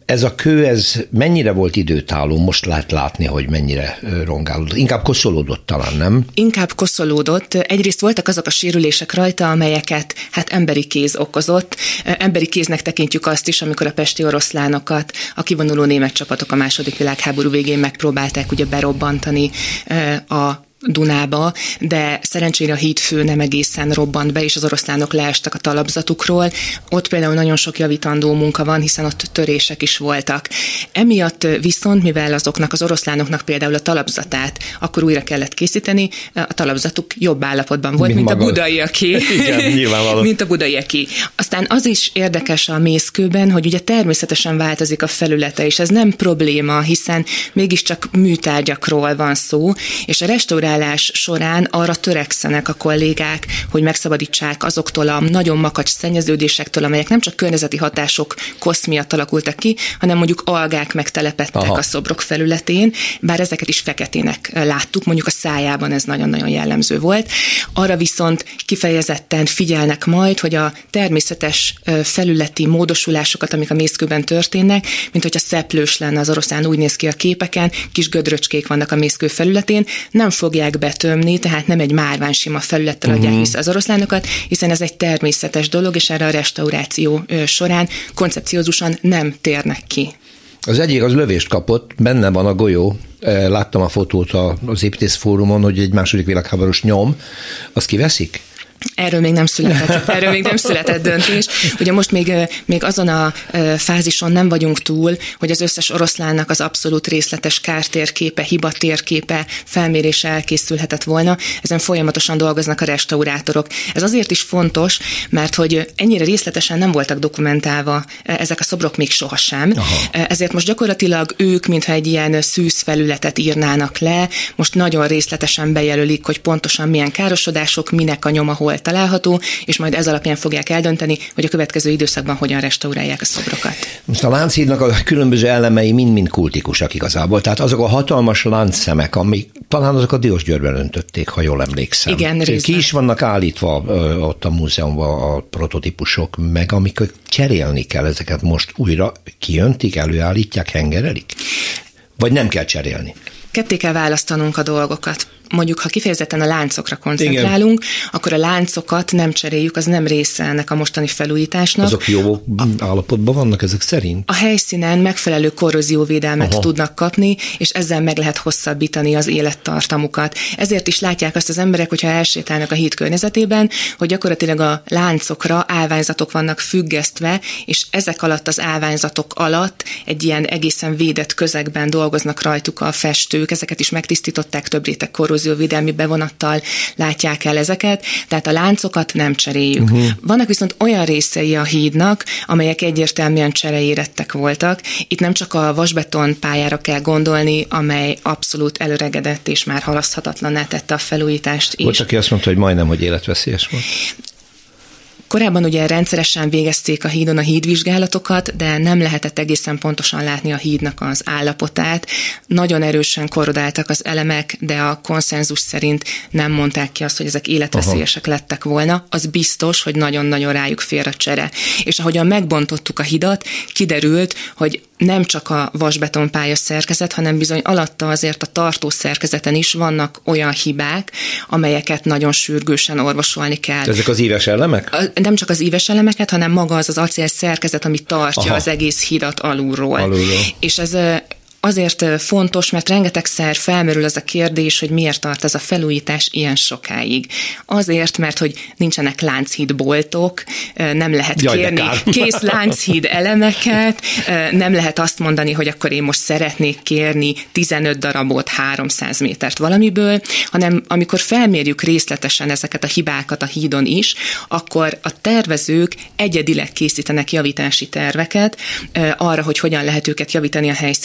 Speaker 4: Ez a kő, ez mennyire volt időtálló? Most lehet látni, hogy mennyire rongálódott. Inkább koszolódott talán, nem?
Speaker 6: Inkább koszolódott. Egyrészt voltak azok a sérülések rajta, amelyeket hát emberi kéz okozott. Emberi kéznek tekintjük azt is, amikor a pesti oroszlánokat a kivonuló német csapatok a második világháború végén megpróbálták ugye berobbantani a Dunába, de szerencsére a hídfő nem egészen robbant be, és az oroszlánok leestek a talapzatukról. Ott például nagyon sok javítandó munka van, hiszen ott törések is voltak. Emiatt viszont, mivel azoknak az oroszlánoknak például a talapzatát akkor újra kellett készíteni, a talapzatuk jobb állapotban volt, mint, mint a budaiaké.
Speaker 4: Igen,
Speaker 6: mint a budaiaké. Aztán az is érdekes a mészkőben, hogy ugye természetesen változik a felülete, és ez nem probléma, hiszen mégiscsak műtárgyakról van szó, és a restaurálás során arra törekszenek a kollégák, hogy megszabadítsák azoktól a nagyon makacs szennyeződésektől, amelyek nem csak környezeti hatások kosz miatt alakultak ki, hanem mondjuk algák megtelepedtek Aha. a szobrok felületén, bár ezeket is feketének láttuk, mondjuk a szájában ez nagyon-nagyon jellemző volt. Arra viszont kifejezetten figyelnek majd, hogy a természetes felületi módosulásokat, amik a mészkőben történnek, mint hogyha szeplős lenne az oroszlán, úgy néz ki a képeken, kis gödröcskék vannak a mészkő felületén, nem fogják betömni, tehát nem egy márvány sima felülettel adják uh-huh. vissza az oroszlánokat, hiszen ez egy természetes dolog, és erre a restauráció során koncepciózusan nem térnek ki.
Speaker 4: Az egyik az lövést kapott, benne van a golyó, láttam a fotót az építészfórumon, hogy egy második világháborús nyom, azt kiveszik?
Speaker 6: Erről még nem született, erről még nem született döntés. Ugye most még, még azon a fázison nem vagyunk túl, hogy az összes oroszlánnak az abszolút részletes kártérképe, hibatérképe, felmérése elkészülhetett volna. Ezen folyamatosan dolgoznak a restaurátorok. Ez azért is fontos, mert hogy ennyire részletesen nem voltak dokumentálva ezek a szobrok még sohasem. Aha. Ezért most gyakorlatilag ők, mintha egy ilyen szűzfelületet írnának le, most nagyon részletesen bejelölik, hogy pontosan milyen károsodások, minek a nyoma hol található, és majd ez alapján fogják eldönteni, hogy a következő időszakban hogyan restaurálják a szobrokat.
Speaker 4: Most a Lánchídnak a különböző elemei mind-mind kultikusak igazából, tehát azok a hatalmas láncszemek, amik talán azok a Diósgyőrben öntötték, ha jól emlékszem.
Speaker 6: Igen, részben.
Speaker 4: Ki is vannak állítva ö, ott a múzeumban a prototípusok, meg amikor cserélni kell ezeket most újra, kijöntik, előállítják, hengerelik? Vagy nem kell cserélni?
Speaker 6: Ketté kell választanunk a dolgokat. Mondjuk, ha kifejezetten a láncokra koncentrálunk, igen. akkor a láncokat nem cseréljük, az nem része ennek a mostani felújításnak.
Speaker 4: Azok jó állapotban vannak ezek szerint?
Speaker 6: A helyszínen megfelelő korrózióvédelmet Aha. tudnak kapni, és ezzel meg lehet hosszabbítani az élettartamukat. Ezért is látják azt az emberek, hogyha elsétálnak a híd környezetében, hogy gyakorlatilag a láncokra állványzatok vannak függesztve, és ezek alatt az állványzatok alatt egy ilyen egészen védett közegben dolgoznak rajtuk a festők, ezeket is megtisztították, több réteg korrózióvédelmi bevonattal látják el ezeket, tehát a láncokat nem cseréljük. Uh-huh. Vannak viszont olyan részei a hídnak, amelyek egyértelműen csereérettek voltak. Itt nem csak a vasbeton pályára kell gondolni, amely abszolút előregedett és már halaszthatatlanná tette a felújítást is.
Speaker 4: Volt, aki azt mondta, hogy majdnem, hogy életveszélyes volt.
Speaker 6: Korábban ugye rendszeresen végezték a hídon a hídvizsgálatokat, de nem lehetett egészen pontosan látni a hídnak az állapotát. Nagyon erősen korrodáltak az elemek, de a konszenzus szerint nem mondták ki azt, hogy ezek életveszélyesek Aha. lettek volna. Az biztos, hogy nagyon-nagyon rájuk fér a csere. És ahogyan megbontottuk a hidat, kiderült, hogy nem csak a vasbetonpálya szerkezet, hanem bizony alatta azért a tartó szerkezeten is vannak olyan hibák, amelyeket nagyon sürgősen orvosolni kell.
Speaker 4: Ezek az íves elemek?
Speaker 6: Nem csak az íves elemeket, hanem maga az az acél szerkezet, ami tartja Aha. az egész hidat alulról. alulról. És ez azért fontos, mert rengetegszer felmerül az a kérdés, hogy miért tart ez a felújítás ilyen sokáig. Azért, mert hogy nincsenek lánchídboltok, nem lehet Jaj, kérni kész lánchíd elemeket, nem lehet azt mondani, hogy akkor én most szeretnék kérni tizenöt darabot, háromszáz métert valamiből, hanem amikor felmérjük részletesen ezeket a hibákat a hídon is, akkor a tervezők egyedileg készítenek javítási terveket arra, hogy hogyan lehet őket javítani a helyszínen, vagy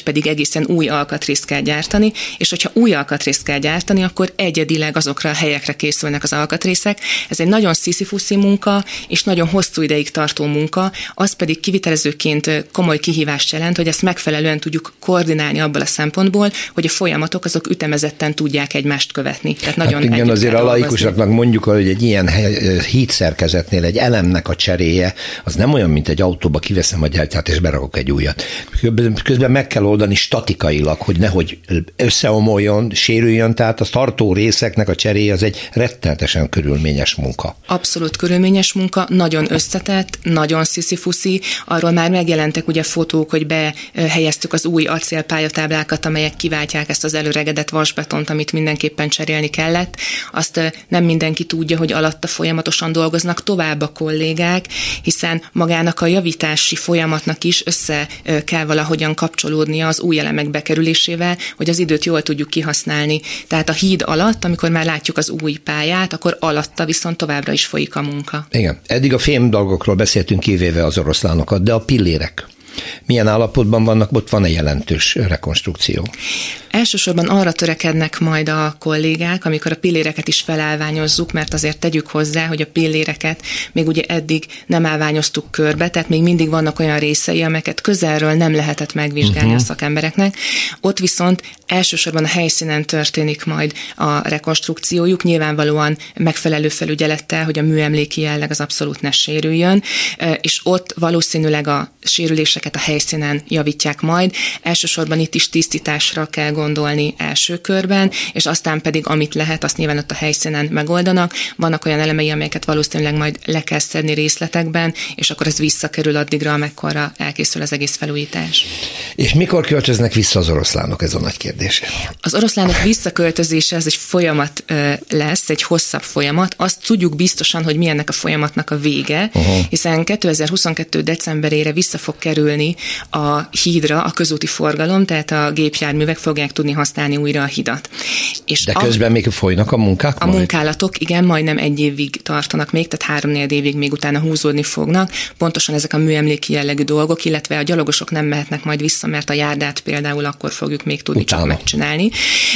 Speaker 6: pedig egészen új alkatrészt kell gyártani, és hogyha új alkatrészt kell gyártani, akkor egyedileg azokra a helyekre készülnek az alkatrészek. Ez egy nagyon sziszifuszi munka, és nagyon hosszú ideig tartó munka, az pedig kivitelezőként komoly kihívást jelent, hogy ezt megfelelően tudjuk koordinálni abból a szempontból, hogy a folyamatok azok ütemezetten tudják egymást követni. Tehát nagyon
Speaker 4: hát igen, azért a laikusoknak mondjuk, hogy egy ilyen hídszerkezetnél egy elemnek a cseréje, az nem olyan, mint egy autóba kiveszem a gyártyát és berakok egy újat. Közben meg kell oldani statikailag, hogy nehogy összeomoljon, sérüljön, tehát a tartó részeknek a cseréje az egy rettenetesen körülményes munka.
Speaker 6: Abszolút körülményes munka, nagyon összetett, nagyon sziszifuszi, arról már megjelentek ugye fotók, hogy behelyeztük az új acélpályatáblákat, amelyek kiváltják ezt az előregedett vasbetont, amit mindenképpen cserélni kellett. Azt nem mindenki tudja, hogy alatta folyamatosan dolgoznak tovább a kollégák, hiszen magának a javítási folyamatnak is össze kell valahogyan kapcsolódnia az új elemek bekerülésével, hogy az időt jól tudjuk kihasználni. Tehát a híd alatt, amikor már látjuk az új pályát, akkor alatta viszont továbbra is folyik a munka.
Speaker 4: Igen. Eddig a fém dolgokról beszéltünk kivéve az oroszlánokat, de a pillérek milyen állapotban vannak, ott van egy jelentős rekonstrukció?
Speaker 6: Elsősorban arra törekednek majd a kollégák, amikor a pilléreket is felállványozzuk, mert azért tegyük hozzá, hogy a pilléreket még ugye eddig nem állványoztuk körbe, tehát még mindig vannak olyan részei, amelyeket közelről nem lehetett megvizsgálni uh-huh. a szakembereknek. Ott viszont elsősorban a helyszínen történik majd a rekonstrukciójuk, nyilvánvalóan megfelelő felügyelettel, hogy a műemléki jelleg az abszolút ne sérüljön, és ott valószínűleg a sérüléseket a helyszínen javítják majd. Elsősorban itt is tisztításra kell gondolni első körben, és aztán pedig amit lehet, azt nyilván ott a helyszínen megoldanak. Vannak olyan elemei, amelyeket valószínűleg majd le kell szedni részletekben, és akkor ez visszakerül addigra, amekkorra elkészül az egész felújítás.
Speaker 4: És mikor költöznek vissza az oroszlánok? Ez a nagy kérdés.
Speaker 6: Az oroszlánok visszaköltözése ez egy folyamat lesz, egy hosszabb folyamat. Azt tudjuk biztosan, hogy mi ennek a folyamatnak a vége, uh-huh. hiszen kétezer-huszonkettő decemberére vissza fog kerülni a hídra a közúti forgalom, tehát a gépjárművek fogják tudni használni újra a hidat. És
Speaker 4: De közben a, még folynak a munkák?
Speaker 6: A majd? munkálatok, igen, majdnem egy évig tartanak még, tehát három-négy évig még utána húzódni fognak. Pontosan ezek a műemléki jellegű dolgok, illetve a gyalogosok nem mehetnek majd vissza, mert a járdát például akkor fogjuk még tudni utána. csak megcsinálni.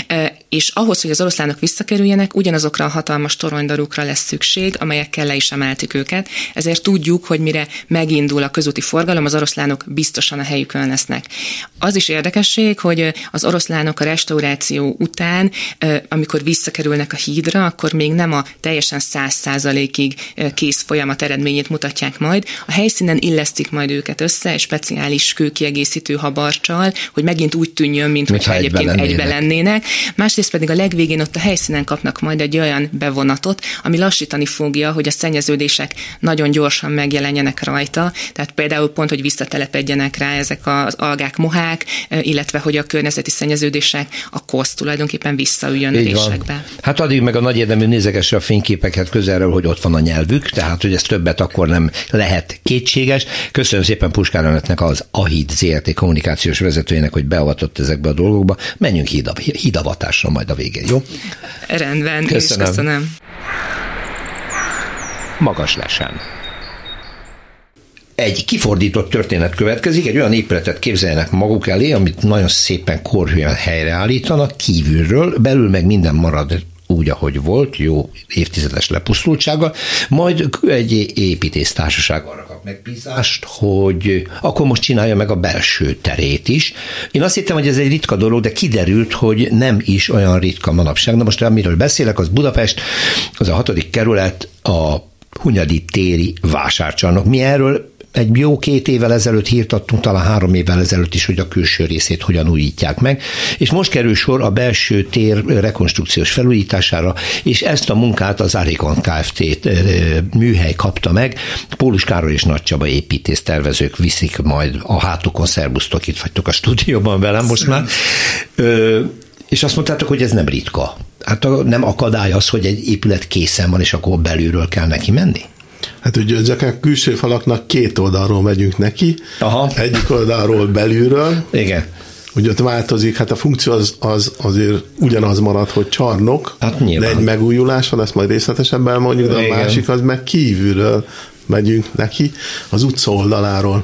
Speaker 6: És ahhoz, hogy az oroszlánok visszakerüljenek, ugyanazokra a hatalmas toronydarukra lesz szükség, amelyekkel le is emeltük őket. Ezért tudjuk, hogy mire megindul a közúti forgalom, az oroszlánok biztosan a helyükön lesznek. Az is érdekesség, hogy az oroszlánok a restauráció után, amikor visszakerülnek a hídra, akkor még nem a teljesen száz százalékig kész folyamat eredményét mutatják majd. A helyszínen illesztik majd őket össze egy speciális kőkiegészítő habarccsal, hogy megint úgy tűnjön, mint hogyha egyébként lennének. egybe lennének. Másrészt pedig a legvégén ott a helyszínen kapnak majd egy olyan bevonatot, ami lassítani fogja, hogy a szennyeződések nagyon gyorsan megjelenjenek rajta, tehát például pont, hogy visszatelepedjenek rá ezek az algák, mohák, illetve hogy a környezeti szennyeződések, a kosz tulajdonképpen visszaüljön a résekbe.
Speaker 4: Hát addig meg a nagy érdemű nézegesse a fényképeket közelről, hogy ott van a nyelvük, tehát hogy ez többet akkor nem lehet kétséges. Köszönöm szépen Puskár Annettnek, az AHID zé er té kommunikációs vezetőjének, hogy beavatott ezekbe a dolgokba. Menjünk hídavatásra majd a végén, jó?
Speaker 6: Rendben, köszönöm. És köszönöm.
Speaker 4: Magas lesen. Egy kifordított történet következik, egy olyan épületet képzeljenek maguk elé, amit nagyon szépen korhűen helyreállítanak kívülről, belül meg minden marad úgy, ahogy volt, jó évtizedes lepusztultsággal, majd egy építésztársaság arra kap megbízást, hogy akkor most csinálja meg a belső terét is. Én azt hittem, hogy ez egy ritka dolog, de kiderült, hogy nem is olyan ritka manapság. Na most amiről beszélek, az Budapest, az a hatodik kerület, a Hunyadi téri vásárcsarnok. Mi erről egy jó két évvel ezelőtt hírt adtunk, talán három évvel ezelőtt is, hogy a külső részét hogyan újítják meg, és most kerül sor a belső tér rekonstrukciós felújítására, és ezt a munkát az Arikon Kft. Műhely kapta meg. Pólus Károly és Nagy Csaba építész tervezők viszik majd a hátukon, szerbusztok, itt vagytok a stúdióban velem most már. Ö, és azt mondtátok, hogy ez nem ritka. Hát nem akadály az, hogy egy épület készen van, és akkor belülről kell neki menni?
Speaker 7: Hát ugye ezek a külső falaknak két oldalról megyünk neki. Aha. Egyik oldalról belülről.
Speaker 4: Igen.
Speaker 7: Ugye ott változik, hát a funkció az, az azért ugyanaz marad, hogy csarnok, hát de egy megújulás van, ezt majd részletesebben mondjuk, de a igen. másik az meg kívülről megyünk neki, az utca oldaláról.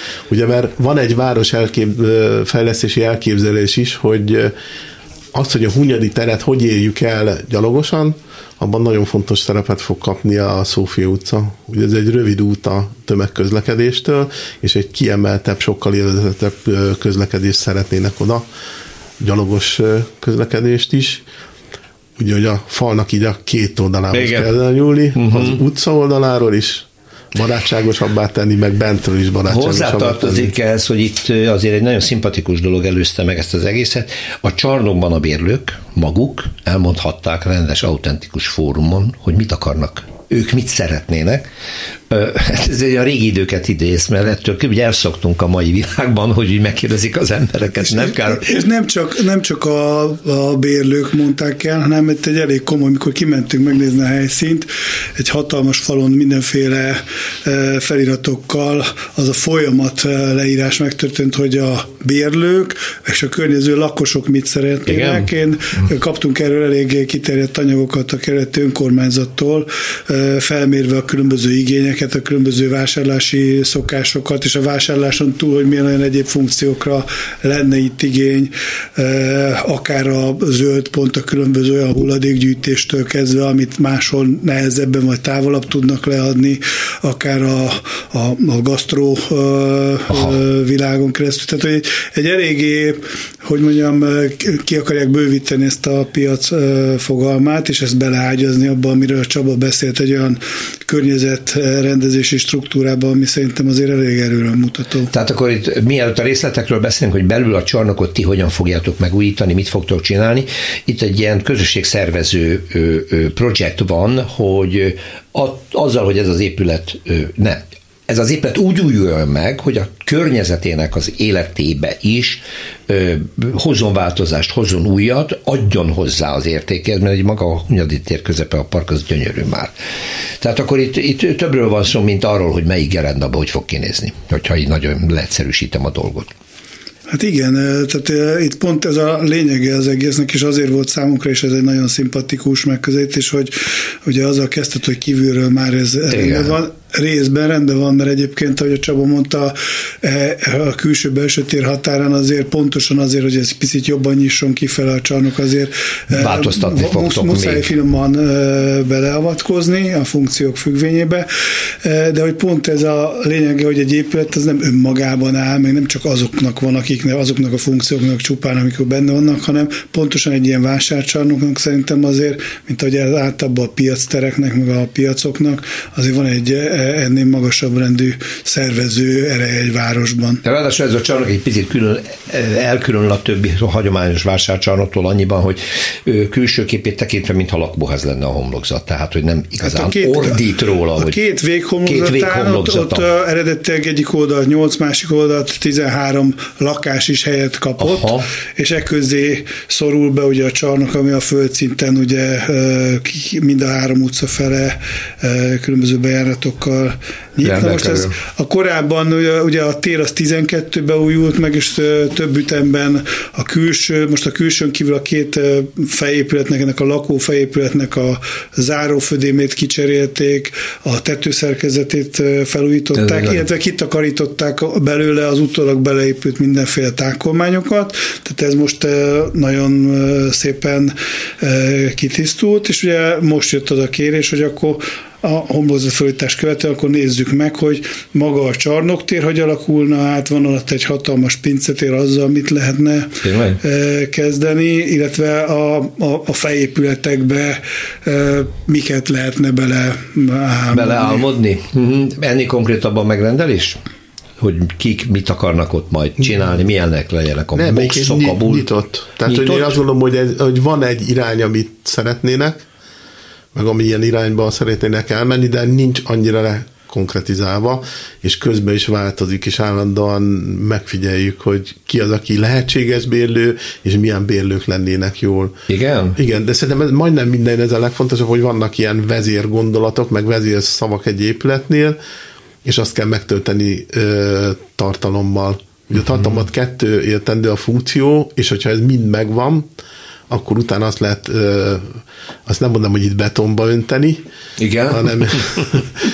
Speaker 7: Ugye, mert van egy város elkép, fejlesztési elképzelés is, hogy azt, hogy a Hunyadi teret hogy érjük el gyalogosan, abban nagyon fontos szerepet fog kapni a Szófia utca. Ugye ez egy rövid út a tömegközlekedéstől, és egy kiemeltebb, sokkal élvezetebb közlekedést szeretnének oda, gyalogos közlekedést is. Ugye, hogy a falnak így a két oldalához kell nyúlni, uh-huh. az utca oldaláról is barátságosabbá tenni, meg bentről is barátságosabbá tenni.
Speaker 4: Hozzátartozik ehhez, hogy itt azért egy nagyon szimpatikus dolog előzte meg ezt az egészet. A csarnokban a bérlők maguk elmondhatták rendes, autentikus fórumon, hogy mit akarnak, ők mit szeretnének. Ez a régi időket idéz, mert ettől ugye elszoktunk a mai világban, hogy úgy megkérdezik az embereket.
Speaker 8: És
Speaker 4: nem, kell...
Speaker 8: és nem csak, nem csak a, a bérlők mondták el, hanem itt egy elég komoly, amikor kimentünk megnézni a helyszínt, egy hatalmas falon mindenféle feliratokkal az a folyamat leírás megtörtént, hogy a bérlők és a környező lakosok mit szeretnének. Én kaptunk erről elég kiterjedt anyagokat a kerületi önkormányzattól, felmérve a különböző igényeket, a különböző vásárlási szokásokat, és a vásárláson túl, hogy milyen olyan egyéb funkciókra lenne itt igény, akár a zöld pont, a különböző olyan hulladékgyűjtéstől kezdve, amit máshol nehezebben vagy távolabb tudnak leadni, akár a, a, a gasztró világon keresztül. Tehát egy, egy eléggé, hogy mondjam, ki akarják bővíteni ezt a piac fogalmát, és ezt beleágyazni abba, amiről a Csaba beszélt, egy olyan környezetrendezési struktúrában, ami szerintem azért elég erőről mutató.
Speaker 4: Tehát akkor itt mielőtt a részletekről beszélünk, hogy belül a csarnokot ti hogyan fogjátok megújítani, mit fogtok csinálni, itt egy ilyen közösségszervező projekt van, hogy azzal, hogy ez az épület nem, ez az épület úgy újuljon meg, hogy a környezetének az életébe is ö, hozzon változást, hozzon újat, adjon hozzá az értékhez, mert egy maga a Hunyadi tér közepe a park az gyönyörű már. Tehát akkor itt, itt többről van szó, mint arról, hogy melyik gerendaba hogy fog kinézni, hogyha így nagyon leegyszerűsítem a dolgot.
Speaker 8: Hát igen, tehát itt pont ez a lényege az egésznek, és azért volt számunkra, és ez egy nagyon szimpatikus megközelítés, hogy ugye azzal kezdted, hogy kívülről már ez rendben van. Részben rendben van, mert egyébként, ahogy a Csaba mondta, a külső-belső tér határán azért pontosan azért, hogy ez picit jobban nyisson kifele a csarnok, azért
Speaker 4: változtatni fogtok még.
Speaker 8: Muszáj finoman beleavatkozni a funkciók függvényébe, de hogy pont ez a lényege, hogy egy épület az nem önmagában áll, meg nem csak azoknak van, akiknek, azoknak a funkcióknak csupán, amikor benne vannak, hanem pontosan egy ilyen vásárcsarnoknak szerintem azért, mint ahogy az általában a piactereknek, meg a piacoknak, azért van egy ennél magasabb rendű szervező ereje egy városban.
Speaker 4: De ráadásul ez a csarnok egy picit külön, elkülönül a többi hagyományos vásárcsarnoktól annyiban, hogy külső képét tekintve, mintha lakóház lenne a homlokzat, tehát hogy nem igazán hát két, ordít róla.
Speaker 8: A
Speaker 4: hogy
Speaker 8: két véghomlokzatán, ott, ott eredetileg egyik oldalt nyolc, másik oldalt tizenhárom lakás is helyet kapott, aha. és ekközé szorul be ugye a csarnok, ami a földszinten ugye mind a három utca fele különböző bejáratokkal nyitna. Most ez a korábban ugye a tér az tizenkettőbe újult meg, és több ütemben a külső, most a külsőn kívül a két fejépületnek, ennek a lakó fejépületnek a zárófödémét kicserélték, a tetőszerkezetét felújították, ez illetve kitakarították belőle az utólag beleépült mindenféle tákolmányokat, tehát ez most nagyon szépen kitisztult, és ugye most jött az a kérés, hogy akkor a homlokzatfelújítás követően, akkor nézzük meg, hogy maga a csarnoktér hogy alakulna át, van alatt egy hatalmas pincetér, azzal mit lehetne Tényleg? kezdeni, illetve a, a, a fejépületekbe miket lehetne bele álmodni.
Speaker 4: Beleálmodni? Uh-huh. Ennél konkrétabban megrendelés? Hogy kik mit akarnak ott majd csinálni, milyennek legyenek a
Speaker 7: Nem,
Speaker 4: boxok, a bul...
Speaker 7: nyitott. Tehát, nyitott? Hogy én azt gondolom, hogy, ez, hogy van egy irány, amit szeretnének, meg amilyen irányba szeretnének elmenni, de nincs annyira lekonkretizálva, és közben is változik, és állandóan megfigyeljük, hogy ki az, aki lehetséges bérlő, és milyen bérlők lennének jól.
Speaker 4: Igen?
Speaker 7: Igen, de szerintem ez majdnem minden, ez a legfontosabb, hogy vannak ilyen vezérgondolatok, meg vezérszavak egy épületnél, és azt kell megtölteni ö, tartalommal. Ugye a tartalmat kettő értendő a funkció, és hogyha ez mind megvan, akkor utána azt lehet, ö, azt nem mondom, hogy itt betonba önteni,
Speaker 4: igen.
Speaker 7: hanem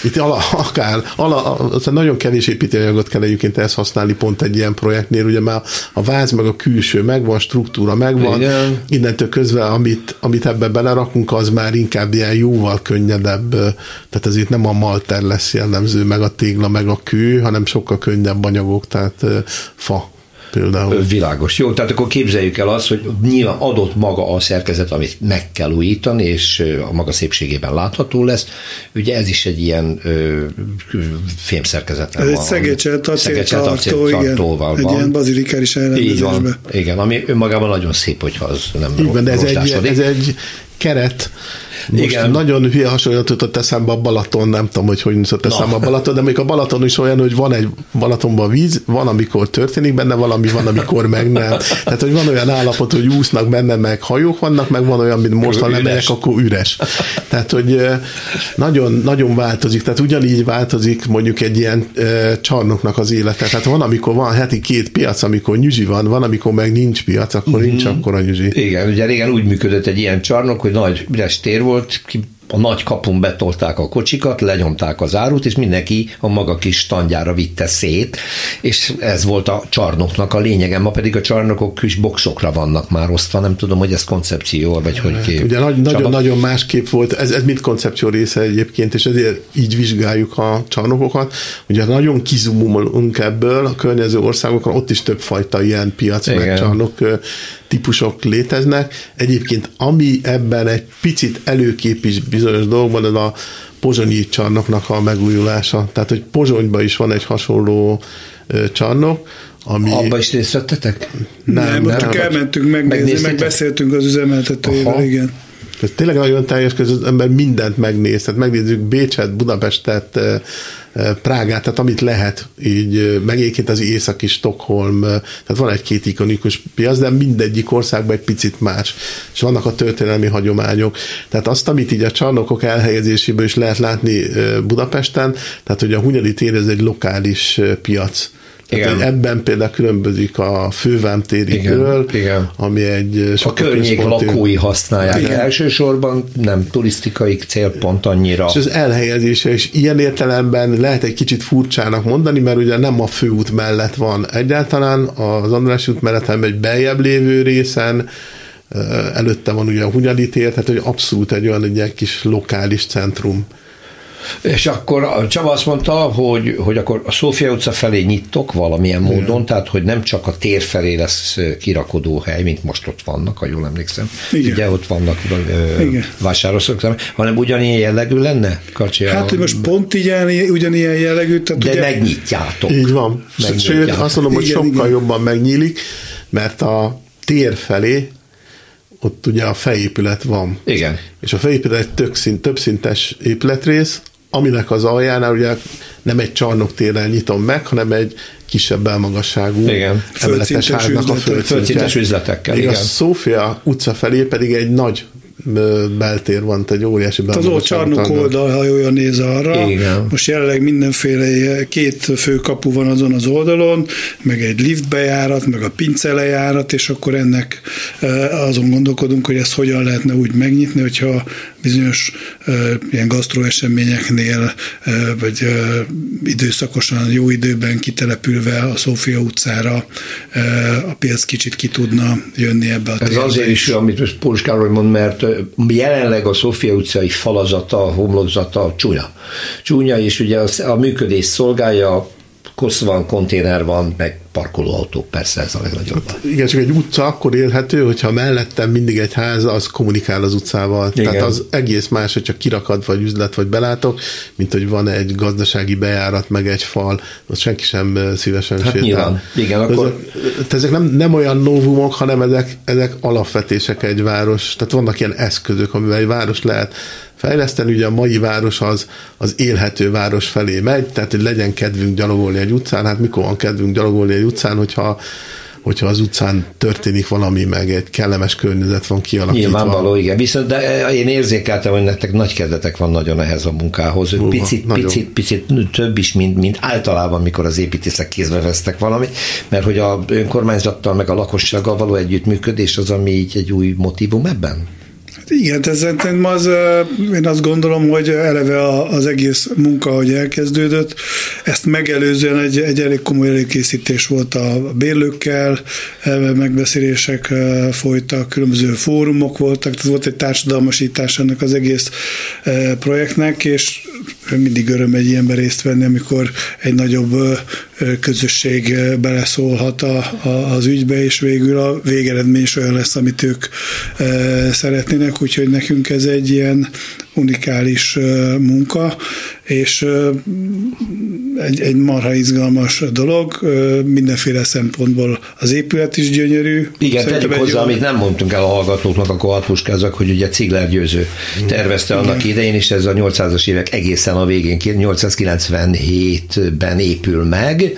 Speaker 7: itt ala, akár, ala, nagyon kevés építőanyagot kell egyébként ezt használni pont egy ilyen projektnél, ugye már a váz meg a külső megvan, struktúra megvan, igen. Innentől közben, amit, amit ebbe belerakunk, az már inkább ilyen jóval könnyedebb, tehát ez itt nem a malter lesz jellemző, meg a tégla, meg a kő, hanem sokkal könnyebb anyagok, tehát fa. Például.
Speaker 1: Világos. Jó, tehát akkor képzeljük el azt, hogy nyilván adott maga a szerkezet, amit meg kell újítani, és a maga szépségében látható lesz. Ugye ez is egy ilyen ö, fémszerkezeten
Speaker 8: van. Ez egy szegecselt, acéltartó, igen. Egy ilyen bazilikáris elrendezésben.
Speaker 1: Igen, ami önmagában nagyon szép, hogyha az nem
Speaker 7: igen, de ez egy, ez egy keret. Most igen. Nagyon hülye hasonlatot jutott eszembe a Balaton, nem tudom, hogy hogy jutott eszembe a Balaton, de még a Balaton is olyan, hogy van egy Balatonban víz, van, amikor történik benne valami, van, amikor meg nem. Tehát, hogy van olyan állapot, hogy úsznak benne, meg hajók vannak, meg van olyan, mint most, ha lemegyek, akkor üres. Tehát, hogy nagyon, nagyon változik. Tehát ugyanígy változik mondjuk egy ilyen e, csarnoknak az élete. Tehát van, amikor van heti két piac, amikor nyüzsi van, van, amikor meg nincs piac, akkor mm-hmm. nincs akkor a nyüzsi.
Speaker 1: Igen, ugye régen úgy működött egy ilyen csarnok, hogy nagy üres tér volt, a nagy kapun betolták a kocsikat, lenyomták az árut, és mindenki a maga kis standjára vitte szét, és ez volt a csarnoknak a lényege. Ma pedig a csarnokok kis boxokra vannak már osztva, nem tudom, hogy ez koncepció, vagy hogy kép.
Speaker 7: Ugye nagyon-nagyon másképp volt, ez, ez mind koncepció része egyébként, és ezért így vizsgáljuk a csarnokokat. Ugye nagyon kizumulunk ebből a környező országokon, ott is többfajta ilyen piac, igen. meg csarnok típusok léteznek. Egyébként ami ebben egy picit előkép is bizonyos dolgokban, ez a pozsonyi csarnoknak a megújulása. Tehát, hogy Pozsonyban is van egy hasonló ö, csarnok, ami...
Speaker 1: Abba is részt vettetek?
Speaker 8: Nem, nem, nem csak elmentünk megnézni, meg beszéltünk az üzemeltetőjével, igen.
Speaker 7: Ez tényleg nagyon teljes között az ember mindent megnéz, tehát megnézzük Bécset, Budapestet, Prágát, tehát amit lehet, így meg egyébként az északi Stockholm, tehát van egy-két ikonikus piac, de mindegyik országban egy picit más, és vannak a történelmi hagyományok. Tehát azt, amit így a csarnokok elhelyezéséből is lehet látni Budapesten, tehát hogy a Hunyadi tér ez egy lokális piac. Tehát, ebben például különbözik a fővámtériről, ami egy...
Speaker 1: A környék lakói használják igen. elsősorban, nem turisztikai célpont annyira.
Speaker 7: És az elhelyezése is ilyen értelemben lehet egy kicsit furcsának mondani, mert ugye nem a főút mellett van egyáltalán, az Andrássy út mellett, hanem egy beljebb lévő részen, előtte van ugye a Hunyadi tér, tehát hogy abszolút egy olyan egy ilyen kis lokális centrum.
Speaker 1: És akkor Csaba azt mondta, hogy, hogy akkor a Szófia utca felé nyittok valamilyen módon, igen. tehát hogy nem csak a tér felé lesz kirakodó hely, mint most ott vannak, ha jól emlékszem. Igen. Ugye ott vannak vásároszok, hanem ugyanilyen jellegű lenne? Kacsi,
Speaker 8: hát, hogy most pont ilyen, ugyanilyen jellegű. Tehát
Speaker 1: de
Speaker 8: ugye...
Speaker 1: megnyitjátok.
Speaker 7: Így van. Sőt, azt mondom, hogy igen, sokkal igen. jobban megnyílik, mert a tér felé ott ugye a fejépület van.
Speaker 1: Igen.
Speaker 7: És a fejépület egy többszint, többszintes épületrész, aminek az aljánál ugye nem egy csarnoktérrel nyitom meg, hanem egy kisebb elmagasságú emeletes háznak a
Speaker 1: földszintes üzletekkel.
Speaker 7: Igen. A Szófia utca felé pedig egy nagy beltér van, egy óriási
Speaker 8: belmagasságú. Az csarnok oldal, ha olyan néz arra. Igen. Most jelenleg mindenféle két fő kapu van azon az oldalon, meg egy liftbejárat, meg a pincelejárat, és akkor ennek azon gondolkodunk, hogy ezt hogyan lehetne úgy megnyitni, hogyha bizonyos ilyen gasztroeseményeknél, vagy időszakosan, jó időben kitelepülve a Szófia utcára a piac kicsit ki tudna jönni ebbe a térbe.
Speaker 1: Ez azért is, amit Póls Károly mond, mert jelenleg a Szófia utcai falazata, homlokzata csúnya. Csúnya, és ugye a működés szolgálja, kosz van, konténer van, meg parkolóautók, persze ez a legnagyobb.
Speaker 7: Hát, igen, csak egy utca akkor élhető, hogyha mellettem mindig egy ház, az kommunikál az utcával. Igen. Tehát az egész más, hogyha kirakad, vagy üzlet, vagy belátok, mint hogy van egy gazdasági bejárat, meg egy fal, az senki sem szívesen
Speaker 1: hát sétál. Nyilván. Igen, akkor...
Speaker 7: Ezek, ezek nem, nem olyan novumok, hanem ezek, ezek alapvetések egy város. Tehát vannak ilyen eszközök, amivel egy város lehet fejleszteni. Ugye a mai város az, az élhető város felé megy, tehát hogy legyen kedvünk gyalogolni egy utcán. Hát mikor van kedvünk gyalogolni egy utcán, hogyha, hogyha az utcán történik valami, meg egy kellemes környezet van kialakítva.
Speaker 1: Nyilvánvaló, igen. Viszont de én érzékeltem, hogy nektek nagy kedvetek van nagyon ehhez a munkához. Uha, picit, picit, picit több is, mint, mint általában, mikor az építészek kézbe vesztek valamit, mert hogy a önkormányzattal meg a lakossággal való együttműködés az, ami így egy új motívum ebben?
Speaker 8: Igen, tehát szerintem az, én azt gondolom, hogy eleve az egész munka, ahogy elkezdődött, ezt megelőzően egy, egy elég komoly előkészítés volt a bérlőkkel, megbeszélések folytak, különböző fórumok voltak, tehát volt egy társadalmasítás ennek az egész projektnek, és mindig öröm egy ilyenben részt venni, amikor egy nagyobb közösség beleszólhat a, a, az ügybe, és végül a végeredmény is olyan lesz, amit ők szeretnének, úgyhogy nekünk ez egy ilyen unikális munka, és egy, egy marha izgalmas dolog, mindenféle szempontból az épület is gyönyörű.
Speaker 4: Igen, tegyük hozzá, amit nem mondtunk el a hallgatóknak, akkor hatpuskázak, hogy ugye Cigler Győző tervezte annak igen. idején, és ez a nyolcszázas évek egészen a végén, nyolcszázkilencvenhétben épül meg.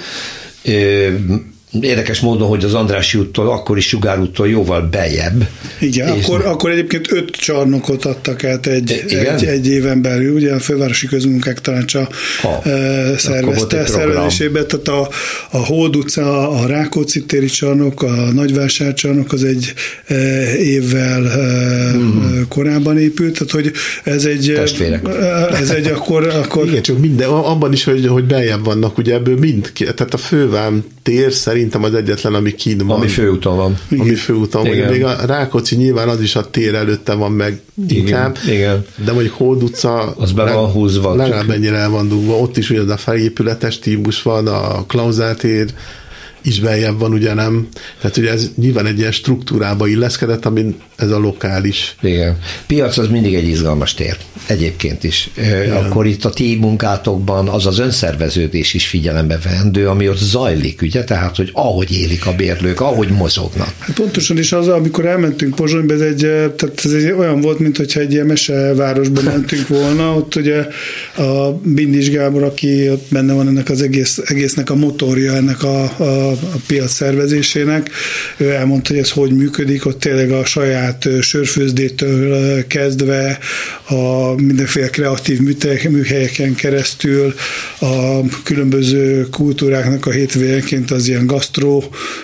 Speaker 4: Érdekes módon, hogy az Andrássy úttól, akkori Sugár úttól jóval bejebb.
Speaker 8: Igen, akkor, ne... akkor egyébként öt csarnokot adtak át egy, egy, egy éven belül, ugye a Fővárosi Közmunkák Tanácsa ha, szervezte szervezésében, tehát a, a Hold utca, a Rákóczi téri csarnok, a Nagyvásár csarnok az egy évvel mm. korábban épült, tehát hogy ez egy
Speaker 4: testvérek.
Speaker 8: Ez egy akkor, akkor...
Speaker 7: Igen, csak minden, abban is, hogy, hogy beljebb vannak, ugye ebből mind, tehát a Fővám tér szerintem az egyetlen, ami kín van.
Speaker 4: Ami főúton van.
Speaker 7: Ami főúton van. Még a Rákóczi nyilván az is a tér előtte van meg inkább.
Speaker 4: Igen, igen.
Speaker 7: De mondjuk Hold utca
Speaker 4: az be van húzva.
Speaker 7: Legalább ennyire el van dugva. Ott is ugye a felépületes típus van, a Klauzál tér is beljebb van, ugye nem? Tehát ugye ez nyilván egy ilyen struktúrába illeszkedett, amin ez a lokális.
Speaker 4: Igen. Piac az mindig egy izgalmas tér. Egyébként is. Igen. Akkor itt a ti munkátokban az az önszerveződés is figyelembe vendő, ami ott zajlik, ugye? Tehát, hogy ahogy élik a bérlők, ahogy mozognak.
Speaker 8: Hát pontosan is az, amikor elmentünk Pozsonyba, ez egy, tehát ez egy olyan volt, mint hogyha egy ilyen mesevárosba mentünk volna. Ott ugye a Bindis Gábor, aki ott benne van ennek az egész, egésznek a motorja, ennek a, a, a piac szervezésének. Ő elmondta, hogy ez hogy működik, ott tényleg a saját sörfőzdétől kezdve a mindenféle kreatív műhelyeken keresztül a különböző kultúráknak a hétvégenként az ilyen gasztró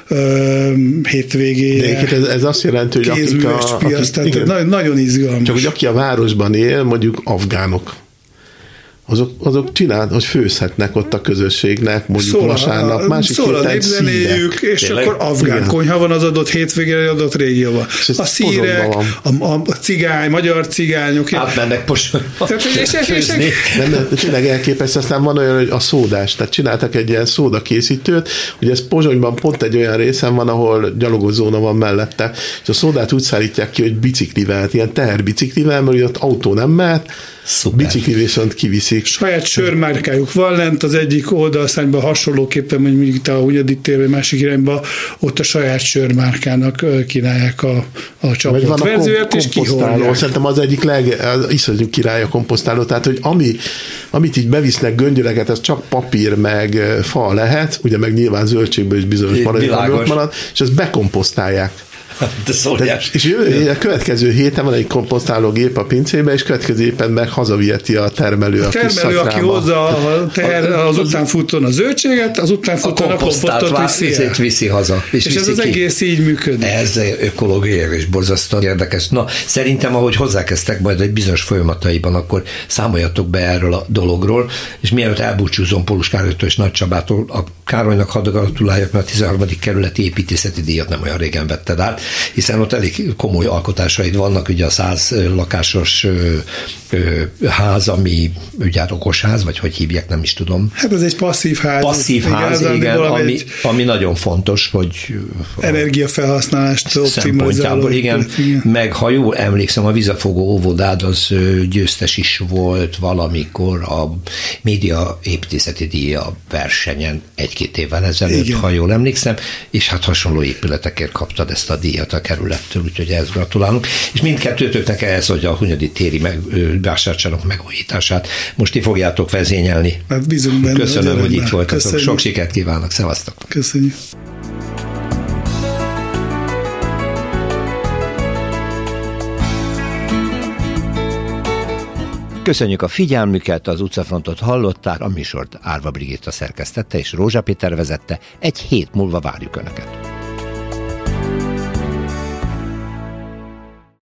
Speaker 8: hétvégéje.
Speaker 7: De ez, ez azt jelenti, hogy akik a...
Speaker 8: Piac, akik, tehát nagyon, nagyon izgalmas.
Speaker 7: Csak hogy aki a városban él, mondjuk afgánok, azok, azok csinál, hogy főzhetnek ott a közösségnek, mondjuk szól, vasárnap, másik
Speaker 8: szól a népzenéjük, és tényleg? Akkor afgán igen. konyha van az adott hétvégére, adott régióban. A szírek, a, a, a cigány, magyar cigányok.
Speaker 4: Átmennek Pozsonyba
Speaker 7: főzni. Nem, tényleg elképesztő, aztán van olyan, hogy a szódás, tehát csináltak egy ilyen szódakészítőt, ugye ez Pozsonyban pont egy olyan részen van, ahol gyalogozóna van mellette, és a szódát úgy szállítják ki, hogy biciklivel, ilyen teherbiciklivel, mert ott autó nem mehet, bicikli viszont kiviszik.
Speaker 8: Saját sörmárkájuk van lent, az egyik oldalszányban hasonlóképpen, mondjuk itt a Hunyadi térben, másik irányban, ott a saját sörmárkának kínálják a, a csapott verzőjét, és kihordják.
Speaker 7: Szerintem az egyik leg, az iszonyú király a komposztáló, tehát, hogy ami, amit így bevisznek göngyöleket, ez csak papír meg fa lehet, ugye meg nyilván zöldségből is bizonyos maradék marad, és ezt bekomposztálják.
Speaker 4: De szóljás.
Speaker 7: És jövő, a következő héten van egy komposztálógép a pincébe, és következő éppen meg hazaviheti a termelő a, a
Speaker 8: termelő, aki hozza a ter, az utánfutón a zöldséget, az utánfutón a, a komposztot viszi,
Speaker 4: viszi haza. És,
Speaker 8: és
Speaker 4: viszi
Speaker 8: ez az
Speaker 4: ki.
Speaker 8: Egész így működik.
Speaker 4: Ez ökológiai és borzasztóan érdekes. Na, szerintem, ahogy hozzákezdtek majd egy bizonyos folyamataiban, akkor számoljatok be erről a dologról, és mielőtt elbúcsúzom Pólus Károlytól és Nagy Csabától, a Károlynak hadd gratuláljak, mert a tizenharmadik kerületi építészeti díjat nem olyan régen vetted át, hiszen ott elég komoly alkotásaid vannak, ugye a száz lakásos ö, ö, ház, ami ugye okos ház, vagy hogy hívják, nem is tudom.
Speaker 8: Hát ez egy passzív ház.
Speaker 4: Passzív ház, igen, igen ami, ami nagyon fontos, hogy
Speaker 8: energiafelhasználást
Speaker 4: optimalizáló. Igen, igen, meg ha jól emlékszem, a Vizafogó óvodád az győztes is volt valamikor a média építészeti díja versenyen egy-két évvel ezelőtt, igen. Ha jól emlékszem, és hát hasonló épületekért kaptad ezt a díjat a kerülettől, úgyhogy ehhez gratulálunk. És mindkettőtöknek ehhez, hogy a Hunyadi téri meg, vásárcsarnok megújítását most ti fogjátok vezényelni.
Speaker 8: Hát bízunk benne.
Speaker 4: Köszönöm, hogy itt voltatok. Sok sikert kívánok, szevasztok!
Speaker 8: Köszönjük!
Speaker 1: Köszönjük a figyelmüket, az utcafrontot hallották, a műsort Árva Brigitta szerkesztette és Rózsa Péter vezette, egy hét múlva várjuk Önöket.